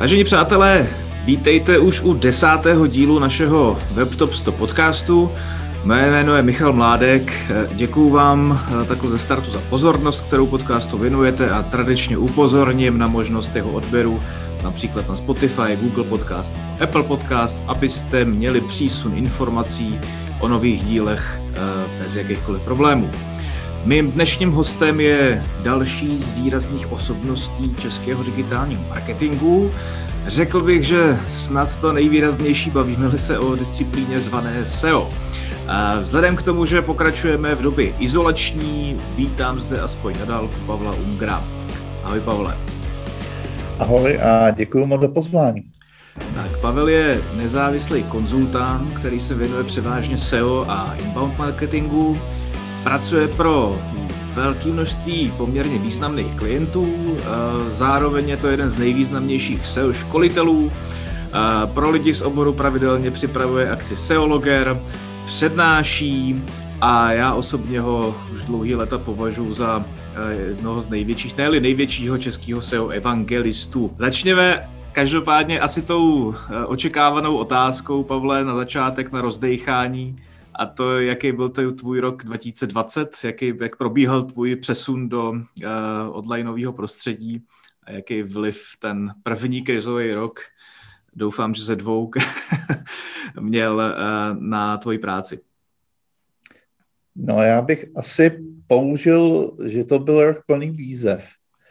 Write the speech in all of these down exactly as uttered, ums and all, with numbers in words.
Vážení přátelé, vítejte už u desátého dílu našeho WebTop sto podcastu. Mé jméno je Michal Mládek. Děkuju vám takhle ze startu za pozornost, kterou podcastu věnujete, a tradičně upozorním na možnost jeho odběru například na Spotify, Google Podcast, Apple Podcast, abyste měli přísun informací o nových dílech bez jakýchkoliv problémů. Mým dnešním hostem je další z výrazných osobností českého digitálního marketingu. Řekl bych, že snad to nejvýraznější, bavíme se o disciplíně zvané S E O. A vzhledem k tomu, že pokračujeme v době izolační, vítám zde aspoň na dálku Pavla Ungra. Ahoj, Pavle. Ahoj a děkuji moc za pozvání. Tak, Pavel je nezávislý konzultant, který se věnuje převážně S E O a inbound marketingu. Pracuje pro velké množství poměrně významných klientů, zároveň je to jeden z nejvýznamnějších S E O školitelů. Pro lidi z oboru pravidelně připravuje akci SEOloger, přednáší a já osobně ho už dlouhý léta považuji za jednoho z největších, ne-li největšího českého S E O evangelistu. Začněme každopádně asi tou očekávanou otázkou, Pavle, na začátek, na rozdejchání. A to, jaký byl to tvůj rok dva tisíce dvacet, jaký, jak probíhal tvůj přesun do uh, onlineového prostředí a jaký vliv ten první krizový rok, doufám, že ze dvou, měl uh, na tvoji práci. No, já bych asi použil, že to byl rok plný výzev.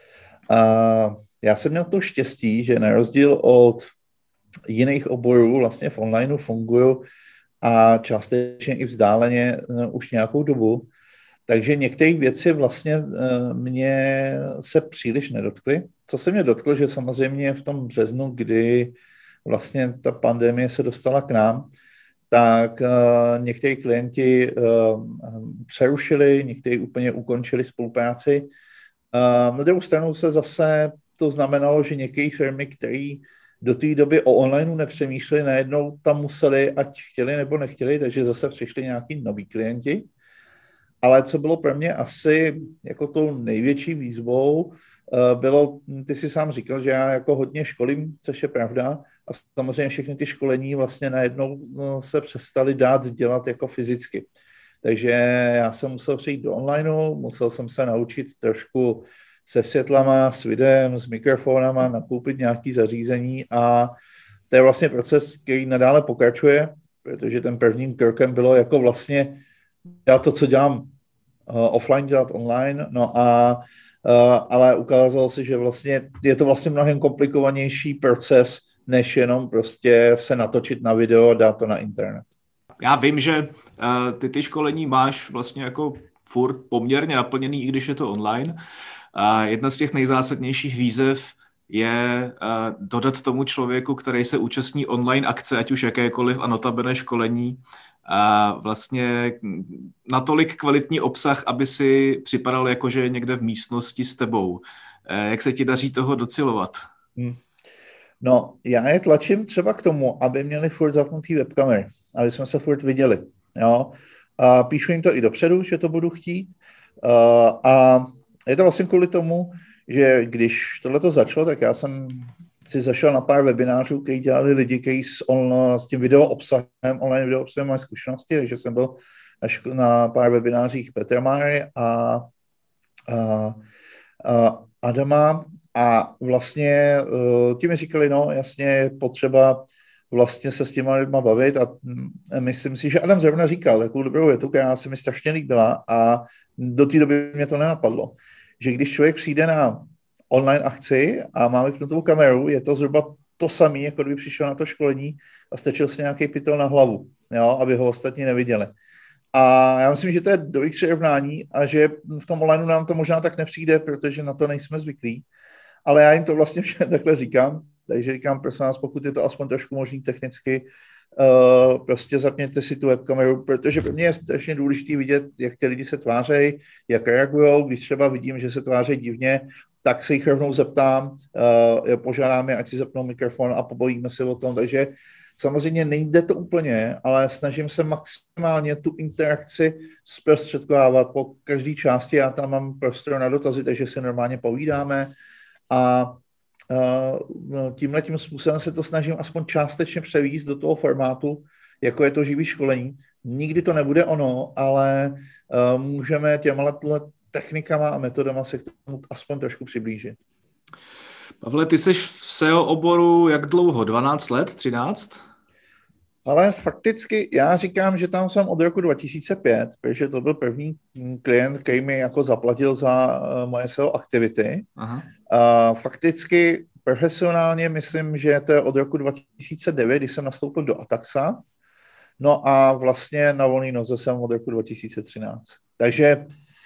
Uh, já jsem měl to štěstí, že na rozdíl od jiných oborů vlastně v onlineu funguju a částečně i vzdáleně uh, už nějakou dobu. Takže některé věci vlastně uh, mě se příliš nedotkly. Co se mě dotklo, že samozřejmě v tom březnu, kdy vlastně ta pandemie se dostala k nám, tak uh, někteří klienti uh, přerušili, někteří úplně ukončili spolupráci. Uh, na druhou stranu se zase to znamenalo, že některé firmy, které do té doby o onlineu nepřemýšleli, najednou tam museli, ať chtěli nebo nechtěli, takže zase přišli nějaký noví klienti. Ale co bylo pro mě asi jako tou největší výzvou, bylo, ty jsi sám říkal, že já jako hodně školím, což je pravda, a samozřejmě všechny ty školení vlastně najednou se přestaly dát dělat jako fyzicky. Takže já jsem musel přijít do onlineu, musel jsem se naučit trošku se světlama, s videem, s mikrofonama, nakoupit nějaké zařízení a to je vlastně proces, který nadále pokračuje, protože ten prvním krokem bylo jako vlastně dělat to, co dělám uh, offline, dělat online, no a uh, ale ukázalo se, že vlastně je to vlastně mnohem komplikovanější proces, než jenom prostě se natočit na video a dát to na internet. Já vím, že uh, ty ty školení máš vlastně jako furt poměrně naplněný, i když je to online. Uh, jedna z těch nejzásadnějších výzev je uh, dodat tomu člověku, který se účastní online akce, ať už jakékoliv a notabene školení, a vlastně natolik kvalitní obsah, aby si připadal jako, že je někde v místnosti s tebou. Jak se ti daří toho docilovat? Hmm. No, já je tlačím třeba k tomu, aby měli furt zapnutý webkamery, aby jsme se furt viděli. Jo? A píšu jim to i dopředu, že to budu chtít. A je to vlastně kvůli tomu, že když tohleto začalo, tak já jsem si zašel na pár webinářů, který dělali lidi, kteří s, on, s tím video obsahem, online video obsahem mají zkušenosti, takže jsem byl na pár webinářích Petra Máry a, a, a Adama a vlastně ti mi říkali, no jasně je potřeba vlastně se s těma lidma bavit a myslím si, že Adam zrovna říkal takovou dobrou větu, která se mi strašně líbila a do té doby mě to nenapadlo, že když člověk přijde na online akci a má vypnutou kameru, je to zhruba to samé, jako kdyby přišel na to školení a stačil si nějaký pytel na hlavu, jo, aby ho ostatní neviděli. A já myslím, že to je dobrý přirovnání a že v tom onlineu nám to možná tak nepřijde, protože na to nejsme zvyklí, ale já jim to vlastně všem takhle říkám, takže říkám, prosím vás, pokud je to aspoň trošku možný technicky, uh, prostě zapněte si tu webkameru, protože pro mě je strašně důležité vidět, jak ty lidi se tvářejí, jak reagujou, když třeba vidím, že se tvářejí divně, tak se jich rovnou zeptám, uh, požádám je, ať si zapnou mikrofon a pobavíme se o tom, takže samozřejmě nejde to úplně, ale snažím se maximálně tu interakci zprostředkovávat po každé části, já tam mám prostor na dotazy, takže se normálně povídáme a tímhletím způsobem se to snažím aspoň částečně převízt do toho formátu, jako je to živý školení. Nikdy to nebude ono, ale můžeme těmhle technikama a metodama se k tomu aspoň trošku přiblížit. Pavle, ty jsi v S E O oboru jak dlouho? dvanáct let? třináct? Ale fakticky já říkám, že tam jsem od roku dva tisíce pět, protože to byl první klient, který mi jako zaplatil za moje S E O aktivity. Aha. A fakticky profesionálně myslím, že to je od roku dva tisíce devět, kdy jsem nastoupil do Ataxa. No a vlastně na volný noze jsem od roku dva tisíce třináct. Takže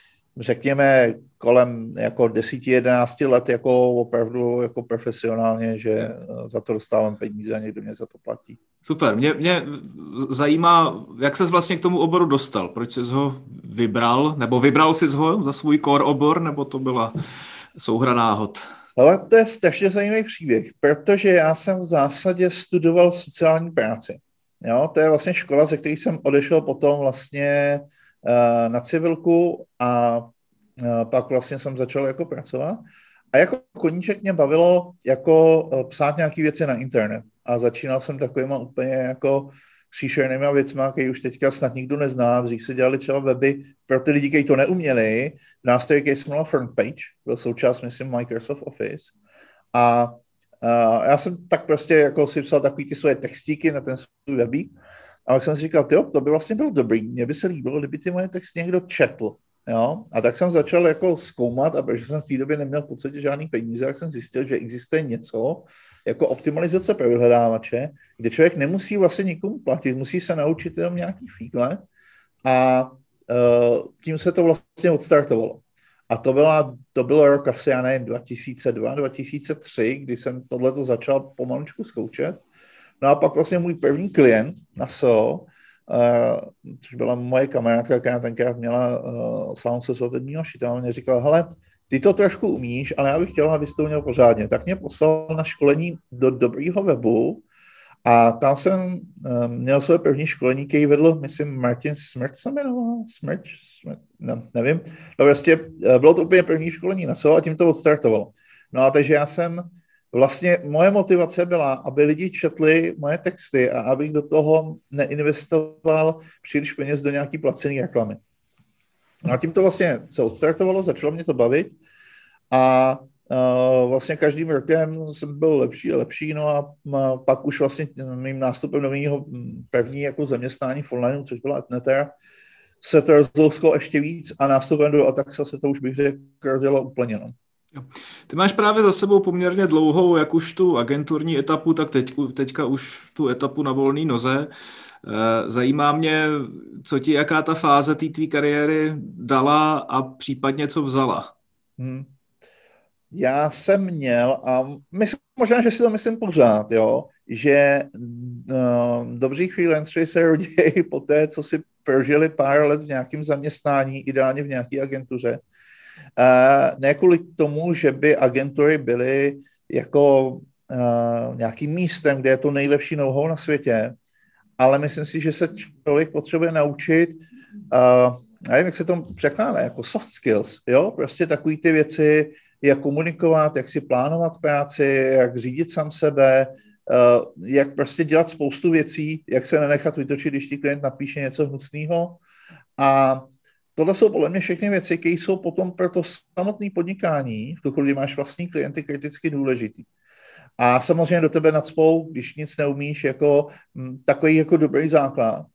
řekněme kolem jako deset jedenáct let jako opravdu jako profesionálně, že za to dostávám peníze a někdo mě za to platí. Super, mě, mě zajímá, jak ses vlastně k tomu oboru dostal, proč jsi ho vybral, nebo vybral jsi ho za svůj core obor, nebo to byla souhra náhod? Ale to je strašně zajímavý příběh, protože já jsem v zásadě studoval sociální práci. Jo, to je vlastně škola, ze které jsem odešel potom vlastně uh, na civilku a uh, pak vlastně jsem začal jako pracovat. A jako koníček mě bavilo jako uh, psát nějaké věci na internet. A začínal jsem takovýma úplně jako příšernýma věcma, který už teďka snad nikdo nezná. Dřív se dělali třeba weby pro ty lidi, kteří to neuměli. Nástroj, který se jmenoval FrontPage, byl součást, myslím, Microsoft Office. A Uh, já jsem tak prostě jako si psal takový ty svoje textíky na ten svůj webík a tak jsem si říkal, tyjo, to by vlastně bylo dobrý, mně by se líbilo, kdyby ty moje texty někdo četl, jo, a tak jsem začal jako zkoumat a protože jsem v té době neměl v podstatě žádný peníze, tak jsem zjistil, že existuje něco jako optimalizace pro vyhledávače, kde člověk nemusí vlastně nikomu platit, musí se naučit jenom nějaký fígle a uh, tím se to vlastně odstartovalo. A to, byla, to bylo rok asi, já nevím, dva tisíce dva, dva tisíce tři, kdy jsem tohleto začal pomaličku zkoušet. No a pak vlastně můj první klient na S E O, uh, což byla moje kamarádka, která tenkrát měla uh, salon se svatebního šita, a mě říkala, hele, ty to trošku umíš, ale já bych chtěla, abys to měl pořádně. Tak mě poslal na školení do dobrýho webu a tam jsem um, měl své první školení, který vedl, myslím, Martin Smrt se jmenoval, Smrt, Smrt, ne, nevím. No prostě bylo to úplně první školení na S E O a tím to odstartovalo. No a takže já jsem, vlastně moje motivace byla, aby lidi četli moje texty a abych do toho neinvestoval příliš peněz do nějaký placený reklamy. No a tím to vlastně se odstartovalo, začalo mě to bavit a Uh, vlastně každým rokem jsem byl lepší a lepší, no a uh, pak už vlastně mým nástupem do mého první jako zaměstnání v online, což byla Etneter, se to rozlousklo ještě víc a nástupem do Ataxa se to už bych řekl rozjelo úplně. No. Ty máš právě za sebou poměrně dlouhou, jak už tu agenturní etapu, tak teď, teďka už tu etapu na volné noze. Zajímá mě, co ti, jaká ta fáze té tvý kariéry dala a případně co vzala. Hmm. Já jsem měl, a myslím, možná, že si to myslím pořád, jo, že uh, dobří freelanceri se rodí po té, co si prožili pár let v nějakém zaměstnání, ideálně v nějaké agentuře. Uh, ne kvůli tomu, že by agentury byly jako uh, nějakým místem, kde je to nejlepší know-how na světě, ale myslím si, že se člověk potřebuje naučit, uh, nevím, jak se to překládá, jako soft skills, jo, prostě takový ty věci, jak komunikovat, jak si plánovat práci, jak řídit sám sebe, jak prostě dělat spoustu věcí, jak se nenechat vytočit, když ti klient napíše něco hnusného. A tohle jsou podle mě všechny věci, které jsou potom pro to samotné podnikání, v tu chvíli, kdy máš vlastní klienty, kriticky důležitý. A samozřejmě do tebe nacpou, když nic neumíš, jako takový jako dobrý základ.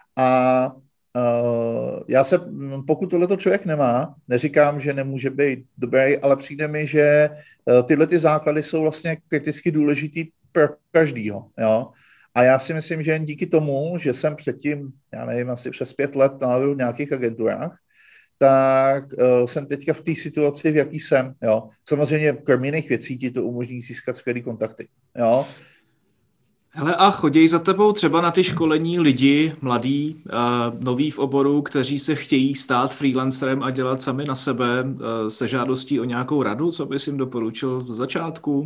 A Uh, já se, pokud tohleto člověk nemá, neříkám, že nemůže být dobrý, ale přijde mi, že uh, tyhle ty základy jsou vlastně kriticky důležitý pro každýho, jo. A já si myslím, že jen díky tomu, že jsem předtím, já nevím, asi přes pět let nalevil v nějakých agenturách, tak uh, jsem teďka v té situaci, v jaký jsem, jo. Samozřejmě kromě jiných věcí ti to umožní získat skvělý kontakty, jo. Hele, a chodí za tebou třeba na ty školení lidi, mladí, uh, noví v oboru, kteří se chtějí stát freelancerem a dělat sami na sebe uh, se žádostí o nějakou radu, co bys jim doporučil z začátku?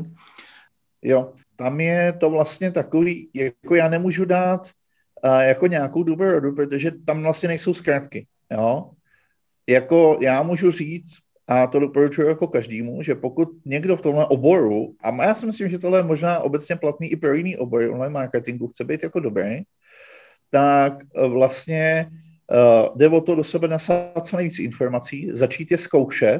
Jo, tam je to vlastně takový, jako já nemůžu dát uh, jako nějakou dobrou radu, protože tam vlastně nejsou zkrátky, jo. Jako já můžu říct, a to doporučuji jako každému, že pokud někdo v tomhle oboru, a já si myslím, že tohle je možná obecně platný i pro jiný obory online marketingu, chce být jako dobrý, tak vlastně uh, jde o to do sebe nasát co nejvíc informací, začít je zkoušet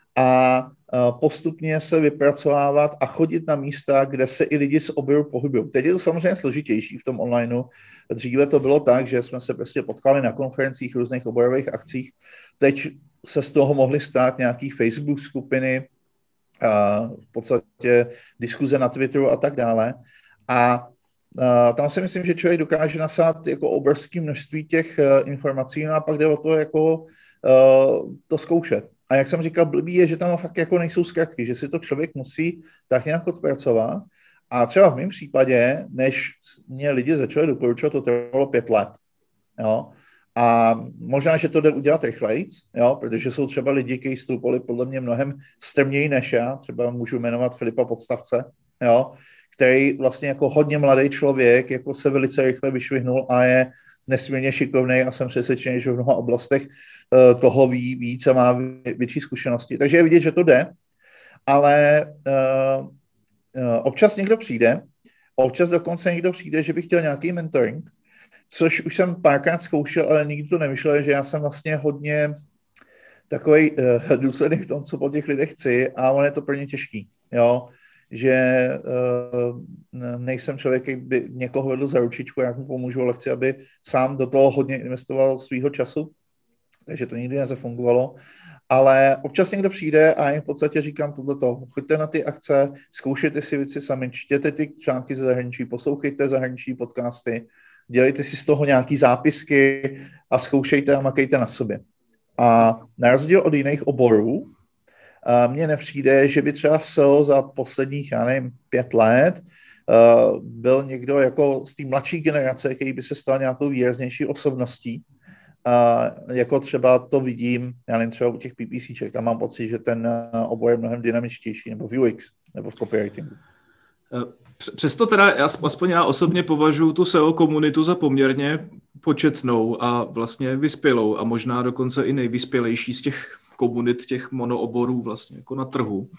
a uh, postupně se vypracovávat a chodit na místa, kde se i lidi z oboru pohybují. Teď je to samozřejmě složitější v tom onlineu. Dříve to bylo tak, že jsme se prostě potkali na konferencích, různých oborových akcích. Teď se z toho mohly stát nějaký Facebook skupiny, uh, v podstatě diskuze na Twitteru a tak dále. A Uh, tam si myslím, že člověk dokáže nasát jako obrovské množství těch uh, informací, no a pak jde o to jako uh, to zkoušet. A jak jsem říkal, blbý je, že tam fakt jako nejsou zkratky, že si to člověk musí tak nějak odpracovat. A třeba v mém případě, než mě lidi začali doporučovat, to trvalo pět let. Jo? A možná, že to jde udělat rychlejc, jo? Protože jsou třeba lidi, kteří stoupali podle mě mnohem strměji než já, třeba můžu jmenovat Filipa Podstavce, jo? Který vlastně jako hodně mladý člověk jako se velice rychle vyšvihnul a je nesmírně šikovný a jsem přesvědčený, že v mnoha oblastech uh, toho ví víc a má větší zkušenosti. Takže je vidět, že to jde, ale uh, uh, občas někdo přijde, občas dokonce někdo přijde, že by chtěl nějaký mentoring, což už jsem párkrát zkoušel, ale nikdy to nevyšlo, že já jsem vlastně hodně takový uh, důsledný v tom, co po těch lidech chci a on je to pro ně těžký, jo. Že uh, nejsem člověk, který by někoho vedl za ručičku, jak mu pomůžu, ale chci, aby sám do toho hodně investoval svýho času, takže to nikdy nezafungovalo. Ale občas někdo přijde a jim v podstatě říkám tohleto, choďte na ty akce, zkoušejte si věci sami, čtěte ty články ze zahraničí, poslouchejte zahraniční podcasty, dělejte si z toho nějaký zápisky a zkoušejte a makejte na sobě. A na rozdíl od jiných oborů, mně nepřijde, že by třeba S E O za posledních, já nevím, pět let uh, byl někdo jako z té mladší generace, který by se stal nějakou výraznější osobností. Uh, jako třeba to vidím, já nevím, třeba u těch PPCček, tam mám pocit, že ten uh, obor je mnohem dynamičtější, nebo v U X, nebo v copywritingu. Přesto teda, já, aspoň já osobně považuji tu S E O komunitu za poměrně početnou a vlastně vyspělou a možná dokonce i nejvyspělejší z těch komunit těch monooborů vlastně jako na trhu.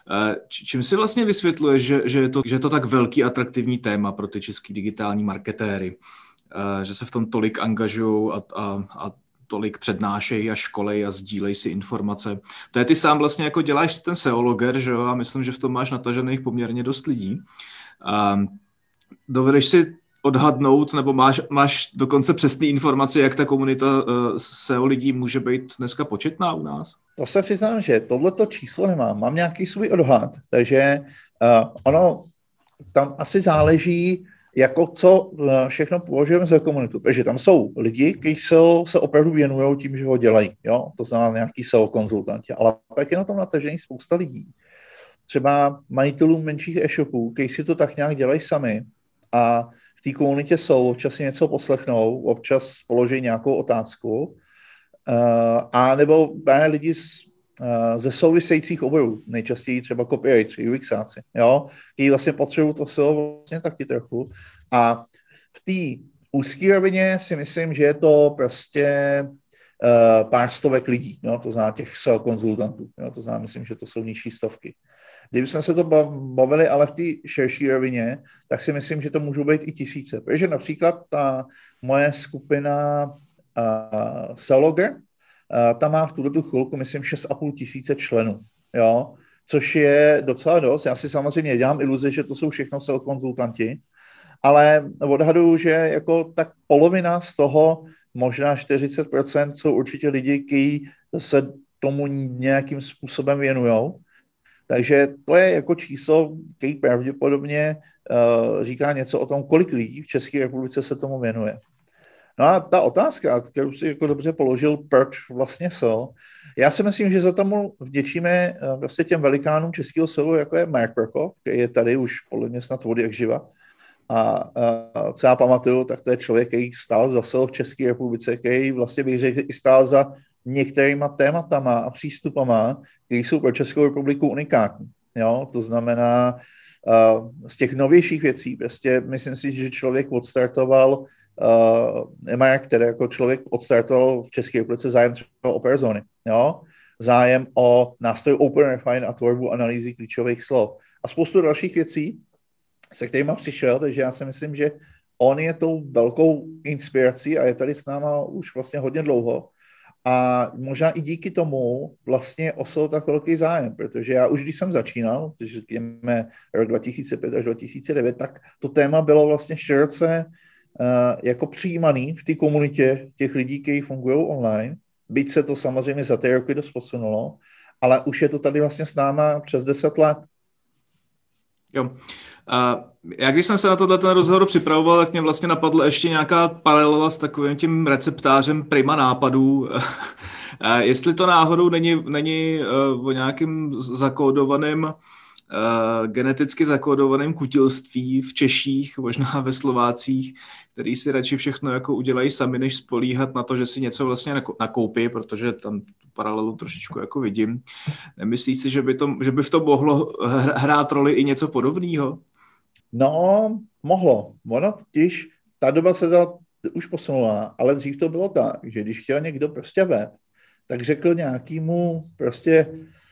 Čím si vlastně vysvětluje, že, že, je to, že je to tak velký atraktivní téma pro ty český digitální marketéry, že se v tom tolik angažují a, a, a tolik přednášejí a školej a sdílej si informace. To je ty sám vlastně jako děláš ten SEOloger, že jo? A myslím, že v tom máš natažených poměrně dost lidí. A dovedeš si odhadnout, nebo máš, máš dokonce přesné informace, jak ta komunita uh, S E O lidí může být dneska početná u nás? To se přiznám, že tohleto číslo nemám. Mám nějaký svůj odhad, takže uh, ono tam asi záleží, jako co uh, všechno považujeme za komunitu, protože tam jsou lidi, kteří se, se opravdu věnují tím, že ho dělají, jo? To znamená nějaký S E O konzultanti, ale pak je na tom natažený spousta lidí. Třeba majitelů menších e-shopů, kteří si to tak nějak dělají sami a v té komunitě jsou, občas si něco poslechnou, občas položí nějakou otázku, uh, a nebo právě lidi z, uh, ze souvisejících oborů, nejčastěji třeba copywriteri, UXáci, jo, kteří vlastně potřebují to S E O vlastně taky trochu. A v té úzké rovině si myslím, že je to prostě uh, pár stovek lidí, jo, to znamená těch S E O konzultantů, jo, to znamená, myslím, že to jsou nižší stovky. Kdybychom se to bavili, ale v té širší rovině, tak si myslím, že to můžou být i tisíce. Protože například ta moje skupina uh, SEOloger, uh, ta má v tuto chvilku, myslím, šest a půl tisíce členů, jo? Což je docela dost. Já si samozřejmě dělám iluzi, že to jsou všechno S E O konzultanti, ale odhaduju, že jako tak polovina z toho, možná čtyřicet procent jsou určitě lidi, kteří se tomu nějakým způsobem věnujou. Takže to je jako číslo, který pravděpodobně uh, říká něco o tom, kolik lidí v České republice se tomu věnuje. No a ta otázka, kterou si jako dobře položil, proč vlastně S E O, já si myslím, že za tomu vděčíme uh, vlastně těm velikánům českého S E O, jako je Mark Prokop, který je tady už podle mě snad od jak živa. A uh, co já pamatuju, tak to je člověk, který stál za S E O v České republice, který vlastně bych řekl i stál za některýma tématama a přístupama, které jsou pro Českou republiku unikátní. Jo? To znamená, uh, z těch novějších věcí, prostě myslím si, že člověk odstartoval, uh, Marek, který jako člověk odstartoval v České republice zájem třeba o persony. Jo? zájem o nástroj OpenRefine a tvorbu analýzy klíčových slov. A spoustu dalších věcí, se kterýma přišel, takže já si myslím, že on je tou velkou inspirací a je tady s náma už vlastně hodně dlouho. A možná i díky tomu vlastně osol tak velký zájem, protože já už když jsem začínal, když řekněme rok dva tisíce pět až dva tisíce devět, tak to téma bylo vlastně široce uh, jako přijímaný v té komunitě těch lidí, kteří fungují online. Byť se to samozřejmě za ty roky dost posunulo, ale už je to tady vlastně s náma přes deset let. Jo. A já když jsem se na tohle ten rozhovor připravoval, tak mě vlastně napadla ještě nějaká paralela s takovým tím receptářem Prima nápadů. Jestli to náhodou není, není uh, o nějakým zakódovaném, uh, geneticky zakódovaném kutilství v Češích, možná ve Slovácích, který si radši všechno jako udělají sami, než spolíhat na to, že si něco vlastně nakoupí, protože tam paralelu trošičku jako vidím. Nemyslíš si, že by, to, že by v tom mohlo hrát roli i něco podobného? No, mohlo. Ono totiž, ta doba se za, už posunula, ale dřív to bylo tak, že když chtěl někdo prostě web, tak řekl nějakému prostě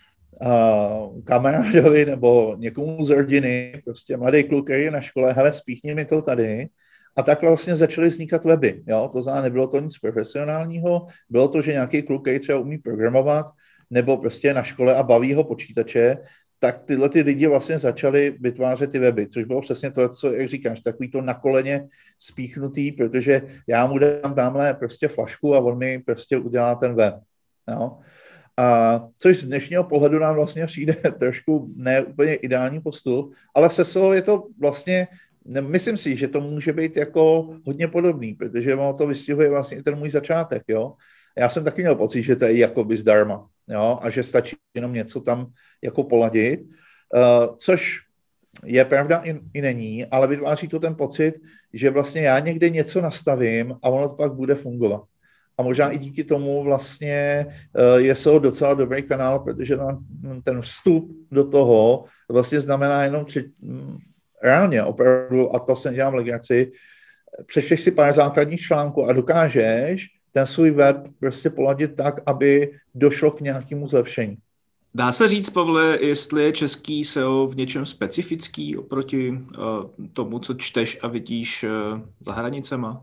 uh, kamarádovi nebo někomu z rodiny, prostě mladý kluk, který je na škole, hele, spíchni mi to tady. A tak vlastně začaly vznikat weby. Jo? To znamená, nebylo to nic profesionálního, bylo to, že nějaký kluk, který třeba umí programovat, nebo prostě na škole a baví ho počítače, tak tyhle ty lidi vlastně začali vytvářet ty weby, což bylo přesně to, co, jak říkáš, takový to na koleně spíchnutý, protože já mu dám tamhle prostě flašku a on mi prostě udělá ten web. Jo? A což z dnešního pohledu nám vlastně přijde trošku ne úplně ideální postup, ale se S E O je to vlastně, myslím si, že to může být jako hodně podobný, protože ono to vystihuje vlastně ten můj začátek, jo. Já jsem taky měl pocit, že to je jakoby zdarma, jo, a že stačí jenom něco tam jako poladit, uh, což je pravda i, i není, ale vytváří to ten pocit, že vlastně já někde něco nastavím a ono to pak bude fungovat. A možná i díky tomu vlastně uh, je S E O docela dobrý kanál, protože ten vstup do toho vlastně znamená jenom tři, reálně, opravdu, a to se dělám legraci, přečteš si pár základních článků a dokážeš ten svůj web prostě poladit tak, aby došlo k nějakému zlepšení. Dá se říct, Pavle, jestli je český S E O v něčem specifický oproti uh, tomu, co čteš a vidíš uh, za hranicema?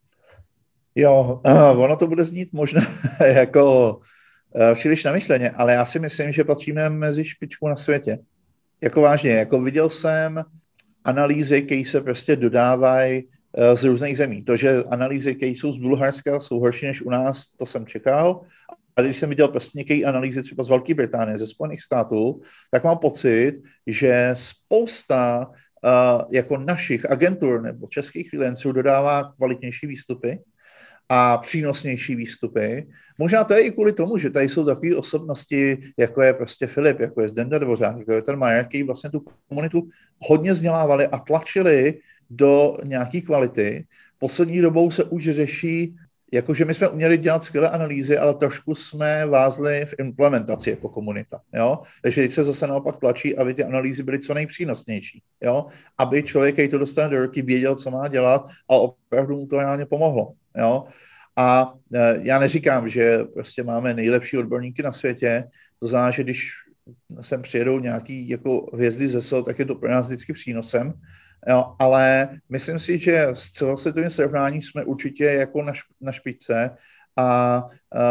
Jo, uh, ono to bude znít možná jako uh, příliš namyšleně, ale já si myslím, že patříme mezi špičku na světě. Jako vážně, jako viděl jsem analýzy, které se prostě dodávají uh, z různých zemí. To, že analýzy, které jsou z Bulharska, jsou horší než u nás, to jsem čekal. A když jsem viděl prostě některé analýzy třeba z Velké Británie, ze Spojených států, tak mám pocit, že spousta uh, jako našich agentur nebo českých freelanců dodává kvalitnější výstupy a přínosnější výstupy. Možná to je i kvůli tomu, že tady jsou takové osobnosti, jako je prostě Filip, jako je Zdenda Dvořák, jako je ten Majer, který vlastně tu komunitu hodně vzdělávali a tlačili do nějaké kvality. Poslední dobou se už řeší, jakože my jsme uměli dělat skvělé analýzy, ale trošku jsme vázli v implementaci jako komunita. Jo? Takže teď se zase naopak tlačí, aby ty analýzy byly co nejpřínosnější. Jo? Aby člověk, který to dostane do ruky, věděl, co má dělat a opravdu mu to reálně pomohlo. Jo? A e, já neříkám, že prostě máme nejlepší odborníky na světě, to znamená, že když sem přijedou nějaký jako hvězdy ze S E O, tak je to pro nás vždycky přínosem. Jo, ale myslím si, že s celosvětovým srovnáním jsme určitě jako na, šp- na špičce a, a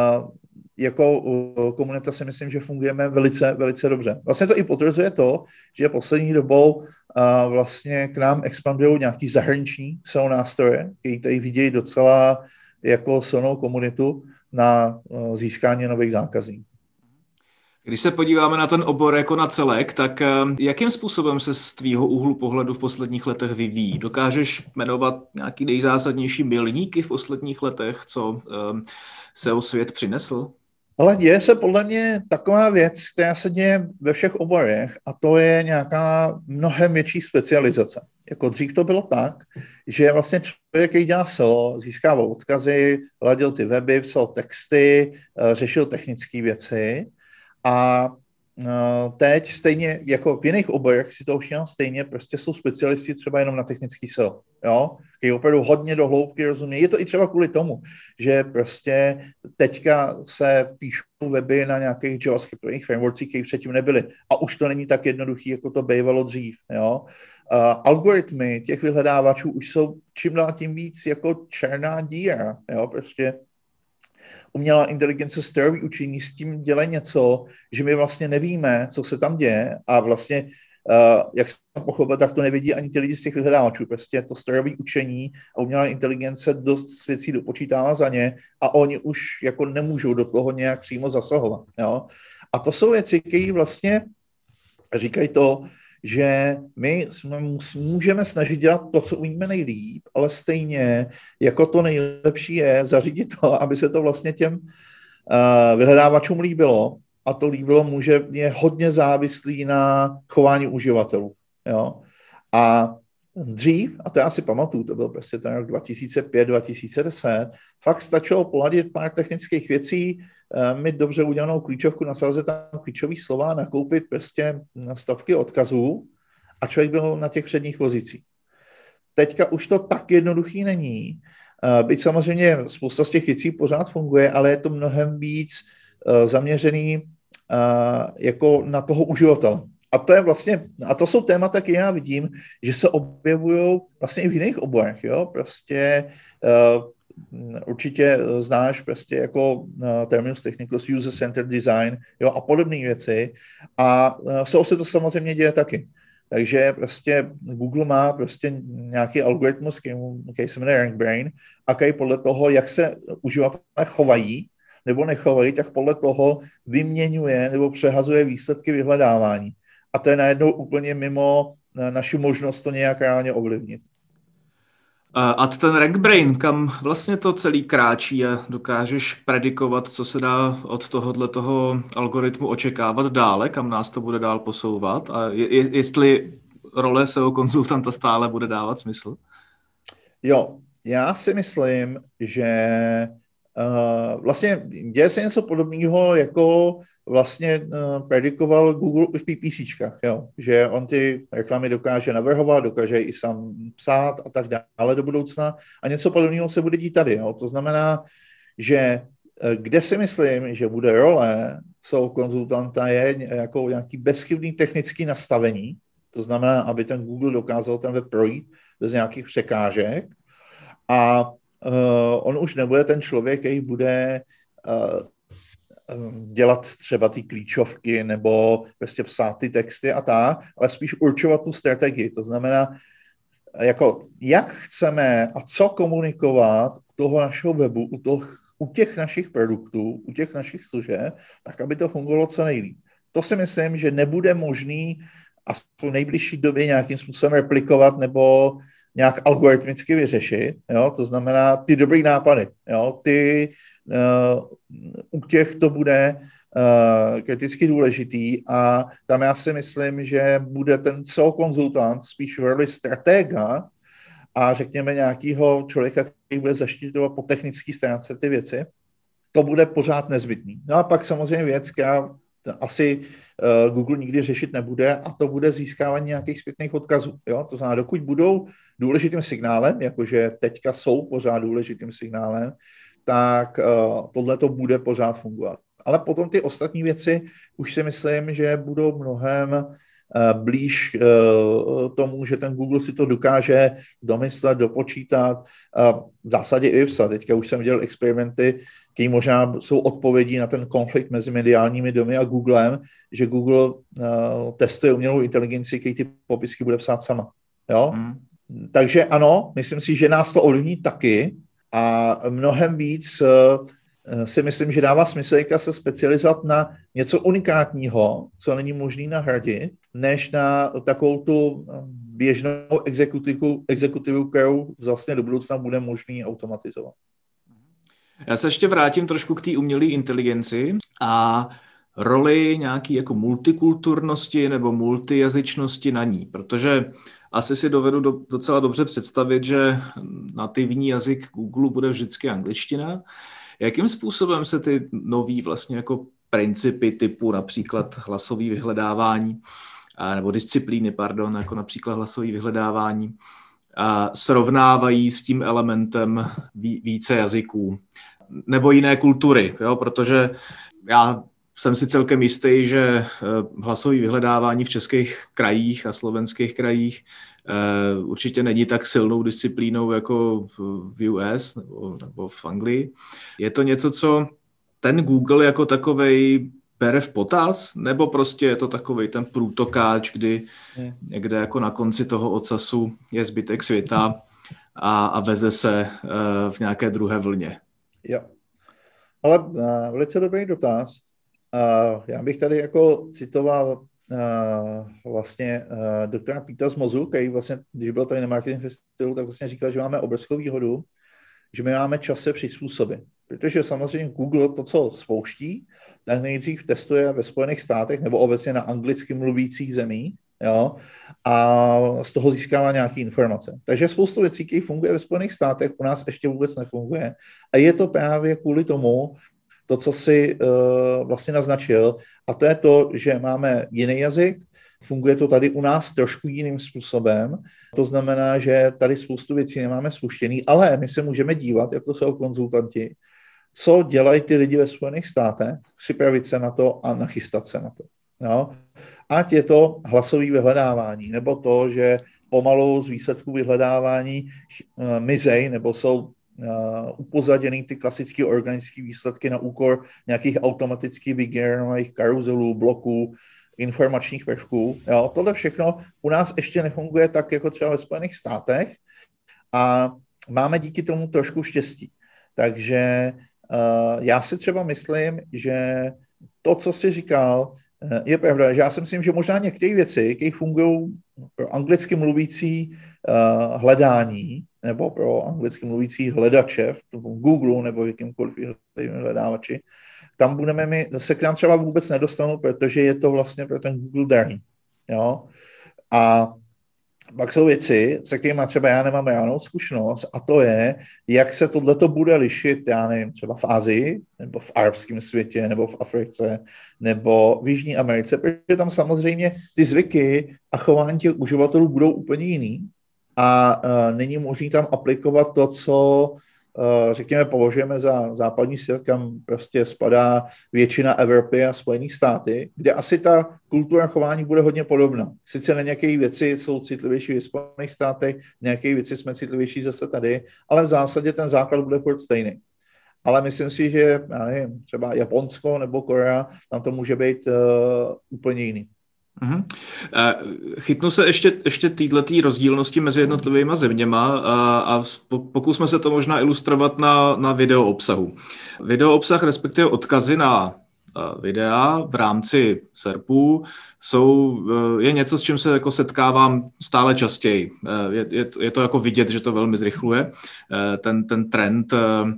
jako uh, komunita si myslím, že fungujeme velice, velice dobře. Vlastně to i potvrzuje to, že poslední dobou uh, vlastně k nám expandují nějaký zahraniční S E O nástroje, který tady vidějí docela jako silnou komunitu na uh, získání nových zákazníků. Když se podíváme na ten obor jako na celek, tak jakým způsobem se z tvýho úhlu pohledu v posledních letech vyvíjí? Dokážeš jmenovat nějaký nejzásadnější milníky v posledních letech, co um, S E O svět přinesl? Ale děje se podle mě taková věc, která se děje ve všech oborech, a to je nějaká mnohem větší specializace. Jako dřív to bylo tak, že vlastně člověk, který dělá S E O, získával odkazy, hladil ty weby, psal texty, řešil technické věci. A teď stejně jako v jiných oborech si to všimám stejně, prostě jsou specialisti třeba jenom na technický S E O, jo, který opravdu hodně do hloubky rozumí. Je to i třeba kvůli tomu, že prostě teďka se píšou weby na nějakých javascriptových frameworkcích, které předtím nebyly a už to není tak jednoduchý, jako to bývalo dřív, jo. Uh, algoritmy těch vyhledávačů už jsou čím dál tím víc jako černá díra, jo, prostě umělá inteligence strojový učení s tím dělá něco, že my vlastně nevíme, co se tam děje a vlastně, uh, jak jsem pochopil, tak to nevidí ani ty lidi z těch vyhledávačů. Prostě to strojové učení a umělá inteligence dost věcí dopočítává za ně a oni už jako nemůžou do toho nějak přímo zasahovat. Jo? A to jsou věci, které vlastně říkají to, že my můžeme snažit dělat to, co umíme nejlíp, ale stejně jako to nejlepší je zařídit to, aby se to vlastně těm uh, vyhledávačům líbilo a to líbilo může je hodně závislý na chování uživatelů. Jo? A dřív, a to já si pamatuju, to byl prostě ten rok dva tisíce pět dva tisíce deset, fakt stačilo poladit pár technických věcí, mít dobře udělanou klíčovku, nasázet tam klíčový slova, nakoupit prostě stovky odkazů a člověk byl na těch předních pozicích. Teďka už to tak jednoduchý není. Byť samozřejmě spousta z těch věcí pořád funguje, ale je to mnohem víc zaměřený jako na toho uživatele. A to je vlastně, a to jsou témata, které já vidím, že se objevují vlastně i v jiných oborech, jo, prostě určitě znáš prostě jako uh, terminus technicus, user-centered design, jo, a podobné věci. A uh, se se to samozřejmě děje taky. Takže prostě Google má prostě nějaký algoritmus, který se jmenuje RankBrain, a který podle toho, jak se uživatelé chovají nebo nechovají, tak podle toho vyměňuje nebo přehazuje výsledky vyhledávání. A to je najednou úplně mimo naši možnost to nějak reálně ovlivnit. A ten RankBrain, kam vlastně to celý kráčí a dokážeš predikovat, co se dá od tohohle toho algoritmu očekávat dále, kam nás to bude dál posouvat a je, jestli role S E O konzultanta stále bude dávat smysl? Jo, já si myslím, že uh, vlastně děje se něco podobného, jako vlastně uh, predikoval Google v PPCčkách, jo, že on ty reklamy dokáže navrhovat, dokáže i sám psát a tak dále do budoucna a něco podobného se bude dít tady, jo. To znamená, že uh, kde si myslím, že bude role S E O konzultanta je jako nějaký bezchybný technický nastavení, to znamená, aby ten Google dokázal ten web projít bez nějakých překážek a uh, on už nebude ten člověk, který bude uh, dělat třeba ty klíčovky nebo prostě psát ty texty a tak, ale spíš určovat tu strategii. To znamená, jako jak chceme a co komunikovat u toho našeho webu, u, toho, u těch našich produktů, u těch našich služeb, tak aby to fungovalo co nejlíp. To si myslím, že nebude možný aspoň v nejbližší době nějakým způsobem replikovat nebo nějak algoritmicky vyřešit. Jo? To znamená ty dobrý nápady. Jo? Ty Uh, u těch to bude uh, kriticky důležitý a tam já si myslím, že bude ten S E O konzultant spíš v roli stratega a řekněme nějakého člověka, který bude zaštiťovat po technické stránce ty věci. To bude pořád nezbytný. No a pak samozřejmě věc, která asi uh, Google nikdy řešit nebude a to bude získávání nějakých zpětných odkazů. Jo? To znamená, dokud budou důležitým signálem, jakože teďka jsou pořád důležitým signálem, tak uh, tohle to bude pořád fungovat. Ale potom ty ostatní věci už si myslím, že budou mnohem uh, blíž uh, tomu, že ten Google si to dokáže domyslet, dopočítat, uh, v zásadě i vypsat. Teďka už jsem viděl experimenty, které možná jsou odpovědí na ten konflikt mezi mediálními domy a Googlem, že Google uh, testuje umělou inteligenci, který ty popisky bude psát sama. Jo? Mm. Takže ano, myslím si, že nás to ovlivní taky, a mnohem víc uh, si myslím, že dává smysl se specializovat na něco unikátního, co není možné nahradit, než na takovou tu běžnou exekutivu, exekutivu, kterou vlastně do budoucna bude možný automatizovat. Já se ještě vrátím trošku k té umělé inteligenci a roli nějaký jako multikulturnosti nebo multijazyčnosti na ní, protože asi si dovedu do, docela dobře představit, že nativní jazyk Google bude vždycky angličtina. Jakým způsobem se ty nový vlastně jako principy typu například hlasové vyhledávání, nebo disciplíny, pardon, jako například hlasové vyhledávání, a srovnávají s tím elementem více jazyků nebo jiné kultury, jo? Protože já jsem si celkem jistý, že hlasové vyhledávání v českých krajích a slovenských krajích určitě není tak silnou disciplínou jako v U S nebo, nebo v Anglii. Je to něco, co ten Google jako takovej bere v potaz, nebo prostě je to takovej ten průtokáč, kdy někde jako na konci toho ocasu je zbytek světa a, a veze se uh, v nějaké druhé vlně? Jo. Ale uh, velice dobrý dotaz. Uh, já bych tady jako citoval uh, vlastně uh, doktora Píta z Mozu, který vlastně, když byl tady na Marketing Festivalu, tak vlastně říkal, že máme obrovskou výhodu, že my máme čas se přizpůsobit. Protože samozřejmě Google to, co spouští, tak nejdřív testuje ve Spojených státech nebo obecně na anglicky mluvících zemích, jo, a z toho získává nějaké informace. Takže spoustu věcí, které funguje ve Spojených státech, u nás ještě vůbec nefunguje. A je to právě kvůli tomu, to, co si uh, vlastně naznačil, a to je to, že máme jiný jazyk, funguje to tady u nás trošku jiným způsobem. To znamená, že tady spoustu věcí nemáme spuštěný, ale my se můžeme dívat, jako jsou konzultanti, co dělají ty lidi ve Spojených státech, připravit se na to a nachystat se na to. No. Ať je to hlasové vyhledávání, nebo to, že pomalu z výsledků vyhledávání uh, mizej, nebo jsou uh, upozaděný ty klasické organické výsledky na úkor nějakých automaticky vygenerovaných karuzelů, bloků, informačních prvků. Jo. Tohle všechno u nás ještě nefunguje tak, jako třeba ve Spojených státech a máme díky tomu trošku štěstí. Takže uh, já si třeba myslím, že to, co jsi říkal, uh, je pravda, že já si myslím, že možná některé věci, které fungují pro anglicky mluvící uh, hledání nebo pro anglicky mluvící hledače v Google nebo v jakýmkoliv hledávači, tam budeme my, se k nám třeba vůbec nedostanou, protože je to vlastně pro ten Google darný. Jo? A pak jsou věci, se kterými třeba já nemám reálnou zkušenost, a to je, jak se tohleto bude lišit, já nevím, třeba v Asii, nebo v arabském světě, nebo v Africe, nebo v Jižní Americe, protože tam samozřejmě ty zvyky a chování těch uživatelů budou úplně jiný a uh, není možné tam aplikovat to, co Uh, řekněme, považujeme za západní svět, kam prostě spadá většina Evropy a Spojených státy, kde asi ta kultura chování bude hodně podobná. Sice na nějaké věci jsou citlivější ve Spojených státech, nějaké věci jsme citlivější zase tady, ale v zásadě ten základ bude furt stejný. Ale myslím si, že já nevím, třeba Japonsko nebo Korea, tam to může být uh, úplně jiný. Uhum. Chytnu se ještě, ještě této rozdílnosti mezi jednotlivými zeměma a, a pokusme se to možná ilustrovat na, na video obsahu. Video obsah, respektive odkazy na videa v rámci SERPů jsou, je něco, s čím se jako setkávám stále častěji. Je, je, je to jako vidět, že to velmi zrychluje. Ten, ten trend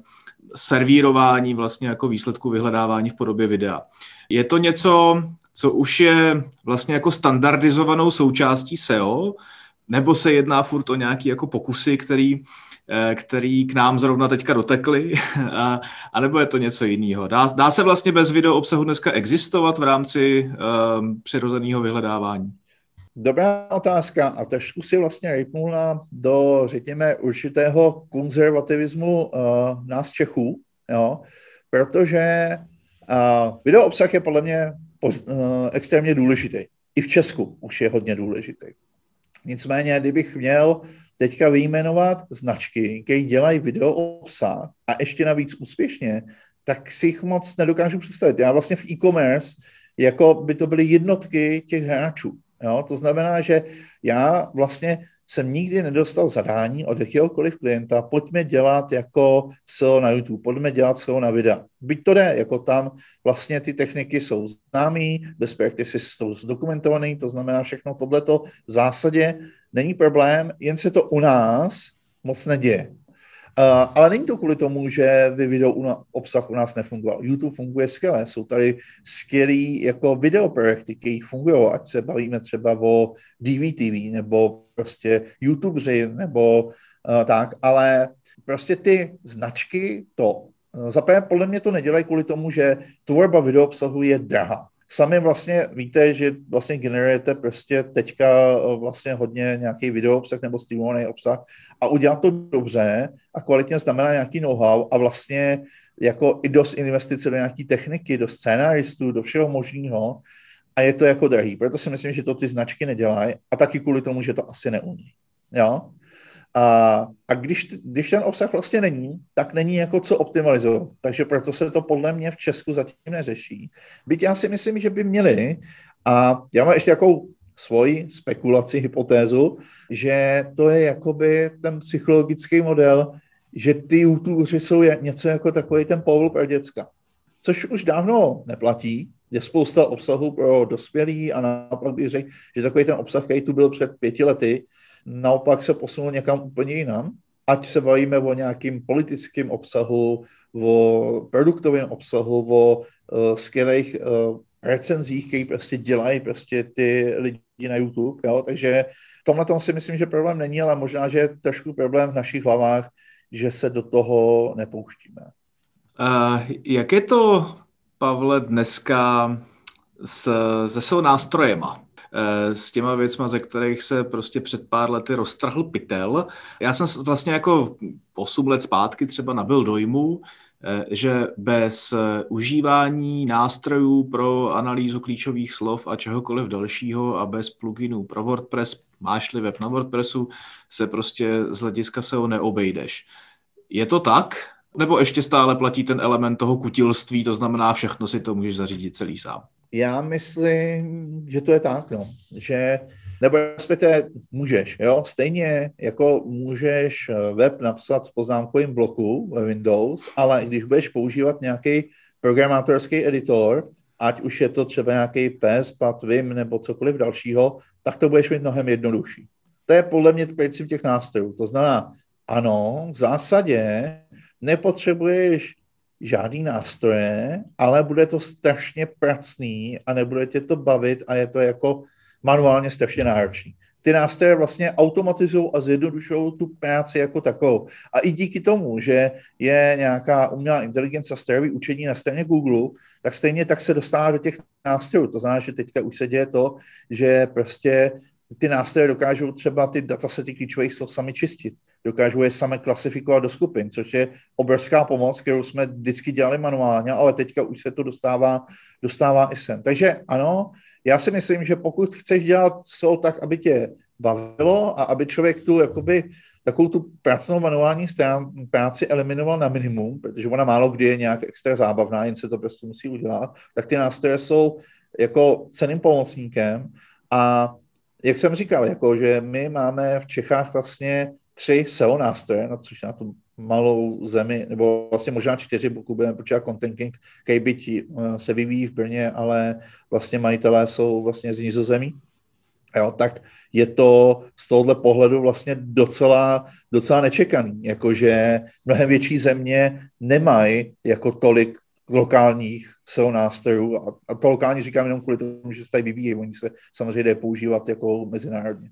servírování vlastně jako výsledku vyhledávání v podobě videa. Je to něco, co už je vlastně jako standardizovanou součástí S E O, nebo se jedná furt o nějaké jako pokusy, který, který k nám zrovna teďka dotekly, a, a nebo je to něco jiného? Dá, dá se vlastně bez video obsahu dneska existovat v rámci um, přirozeného vyhledávání? Dobrá otázka a trošku si vlastně rejpnula do, řekněme, určitého konzervativismu uh, nás Čechů, jo? Protože uh, video obsah je podle mě extrémně důležitý. I v Česku už je hodně důležitý. Nicméně, kdybych měl teďka vyjmenovat značky, které dělají video obsah a ještě navíc úspěšně, tak si jich moc nedokážu představit. Já vlastně v e-commerce, jako by to byly jednotky těch hráčů. Jo? To znamená, že já vlastně jsem nikdy nedostal zadání od jakéhokoliv klienta, pojďme dělat jako S E O na YouTube, pojďme dělat S E O na videa. Byť to jde, jako tam vlastně ty techniky jsou známý, best practices jsou zdokumentovaný, to znamená všechno tohleto v zásadě není problém, jen se to u nás moc neděje. Uh, ale není to kvůli tomu, že by video u obsah u nás nefungoval. YouTube funguje skvěle, jsou tady skvělý jako videoprojekty, které fungují, ať se bavíme třeba o D V T V nebo prostě YouTubeři nebo uh, tak, ale prostě ty značky to Zaprvé podle mě to nedělají kvůli tomu, že tvorba videoobsahu je drahá. Sami vlastně víte, že vlastně generujete prostě teďka vlastně hodně nějaký videoobsah nebo streamovaný obsah a udělat to dobře a kvalitně znamená nějaký know-how a vlastně jako i dost investice do nějaký techniky, do scénaristů, do všeho možného a je to jako drahý. Proto si myslím, že to ty značky nedělají a taky kvůli tomu, že to asi neumí. Jo? A, a když, když ten obsah vlastně není, tak není jako co optimalizovat. Takže proto se to podle mě v Česku zatím neřeší. Byť já si myslím, že by měli. A já mám ještě jakou svoji spekulaci, hypotézu, že to je jakoby ten psychologický model, že ty YouTubeři jsou něco jako takový ten Pavel pro děcka. Což už dávno neplatí. Je spousta obsahu pro dospělí a naopak bych řekl, že takový ten obsah, který tu byl před pěti lety, naopak se posunul někam úplně jinam, ať se bavíme o nějakým politickém obsahu, o produktovém obsahu, o uh, skvělých uh, recenzích, které prostě dělají prostě ty lidi na YouTube, jo? Takže tomhle tom si myslím, že problém není, ale možná, že je trošku problém v našich hlavách, že se do toho nepouštíme. Uh, jak je to, Pavle, dneska s, se S E O nástrojema? S těma věcma, ze kterých se prostě před pár lety roztrhl pytel. Já jsem vlastně jako osm let zpátky třeba nabyl dojmu, že bez užívání nástrojů pro analýzu klíčových slov a čehokoliv dalšího a bez pluginů pro WordPress, máš-li web na WordPressu, se prostě z hlediska S E O neobejdeš. Je to tak? Nebo ještě stále platí ten element toho kutilství, to znamená všechno si to můžeš zařídit celý sám? Já myslím, že to je tak, no. Že, nebo respektive můžeš, jo, stejně jako můžeš web napsat v poznámkovém bloku ve Windows, ale když budeš používat nějaký programátorský editor, ať už je to třeba nějaký P S, P A T, Vim nebo cokoliv dalšího, tak to budeš mít mnohem jednodušší. To je podle mě princip těch nástrojů. To znamená, ano, v zásadě nepotřebuješ žádný nástroje, ale bude to strašně pracný a nebude tě to bavit a je to jako manuálně strašně náročný. Ty nástroje vlastně automatizují a zjednodušují tu práci jako takovou. A i díky tomu, že je nějaká umělá inteligence a strojové učení na straně Google, tak stejně tak se dostává do těch nástrojů. To znamená, že teďka už se děje to, že prostě ty nástroje dokážou třeba ty datasety klíčových slov sami čistit. Dokážou je sami klasifikovat do skupin, což je obrovská pomoc, kterou jsme vždycky dělali manuálně, ale teďka už se to dostává, dostává i sem. Takže ano, já si myslím, že pokud chceš dělat S E O tak, aby tě bavilo a aby člověk tu jakoby takovou tu pracnou manuální strán, práci eliminoval na minimum, protože ona málo kdy je nějak extra zábavná, jen se to prostě musí udělat, tak ty nástroje jsou jako cenným pomocníkem a jak jsem říkal, jako, že my máme v Čechách vlastně tři S E O nástroje, no, což na tu malou zemi, nebo vlastně možná čtyři, pokud budeme počítat Content King, který byť se vyvíjí v Brně, ale vlastně majitelé jsou vlastně z Nizozemí. Jo, tak je to z tohohle pohledu vlastně docela, docela nečekaný, jakože mnohem větší země nemají jako tolik lokálních S E O nástrojů a, a to lokální říkám jenom kvůli tomu, že se tady vyvíjí, oni se samozřejmě jde používat jako mezinárodně.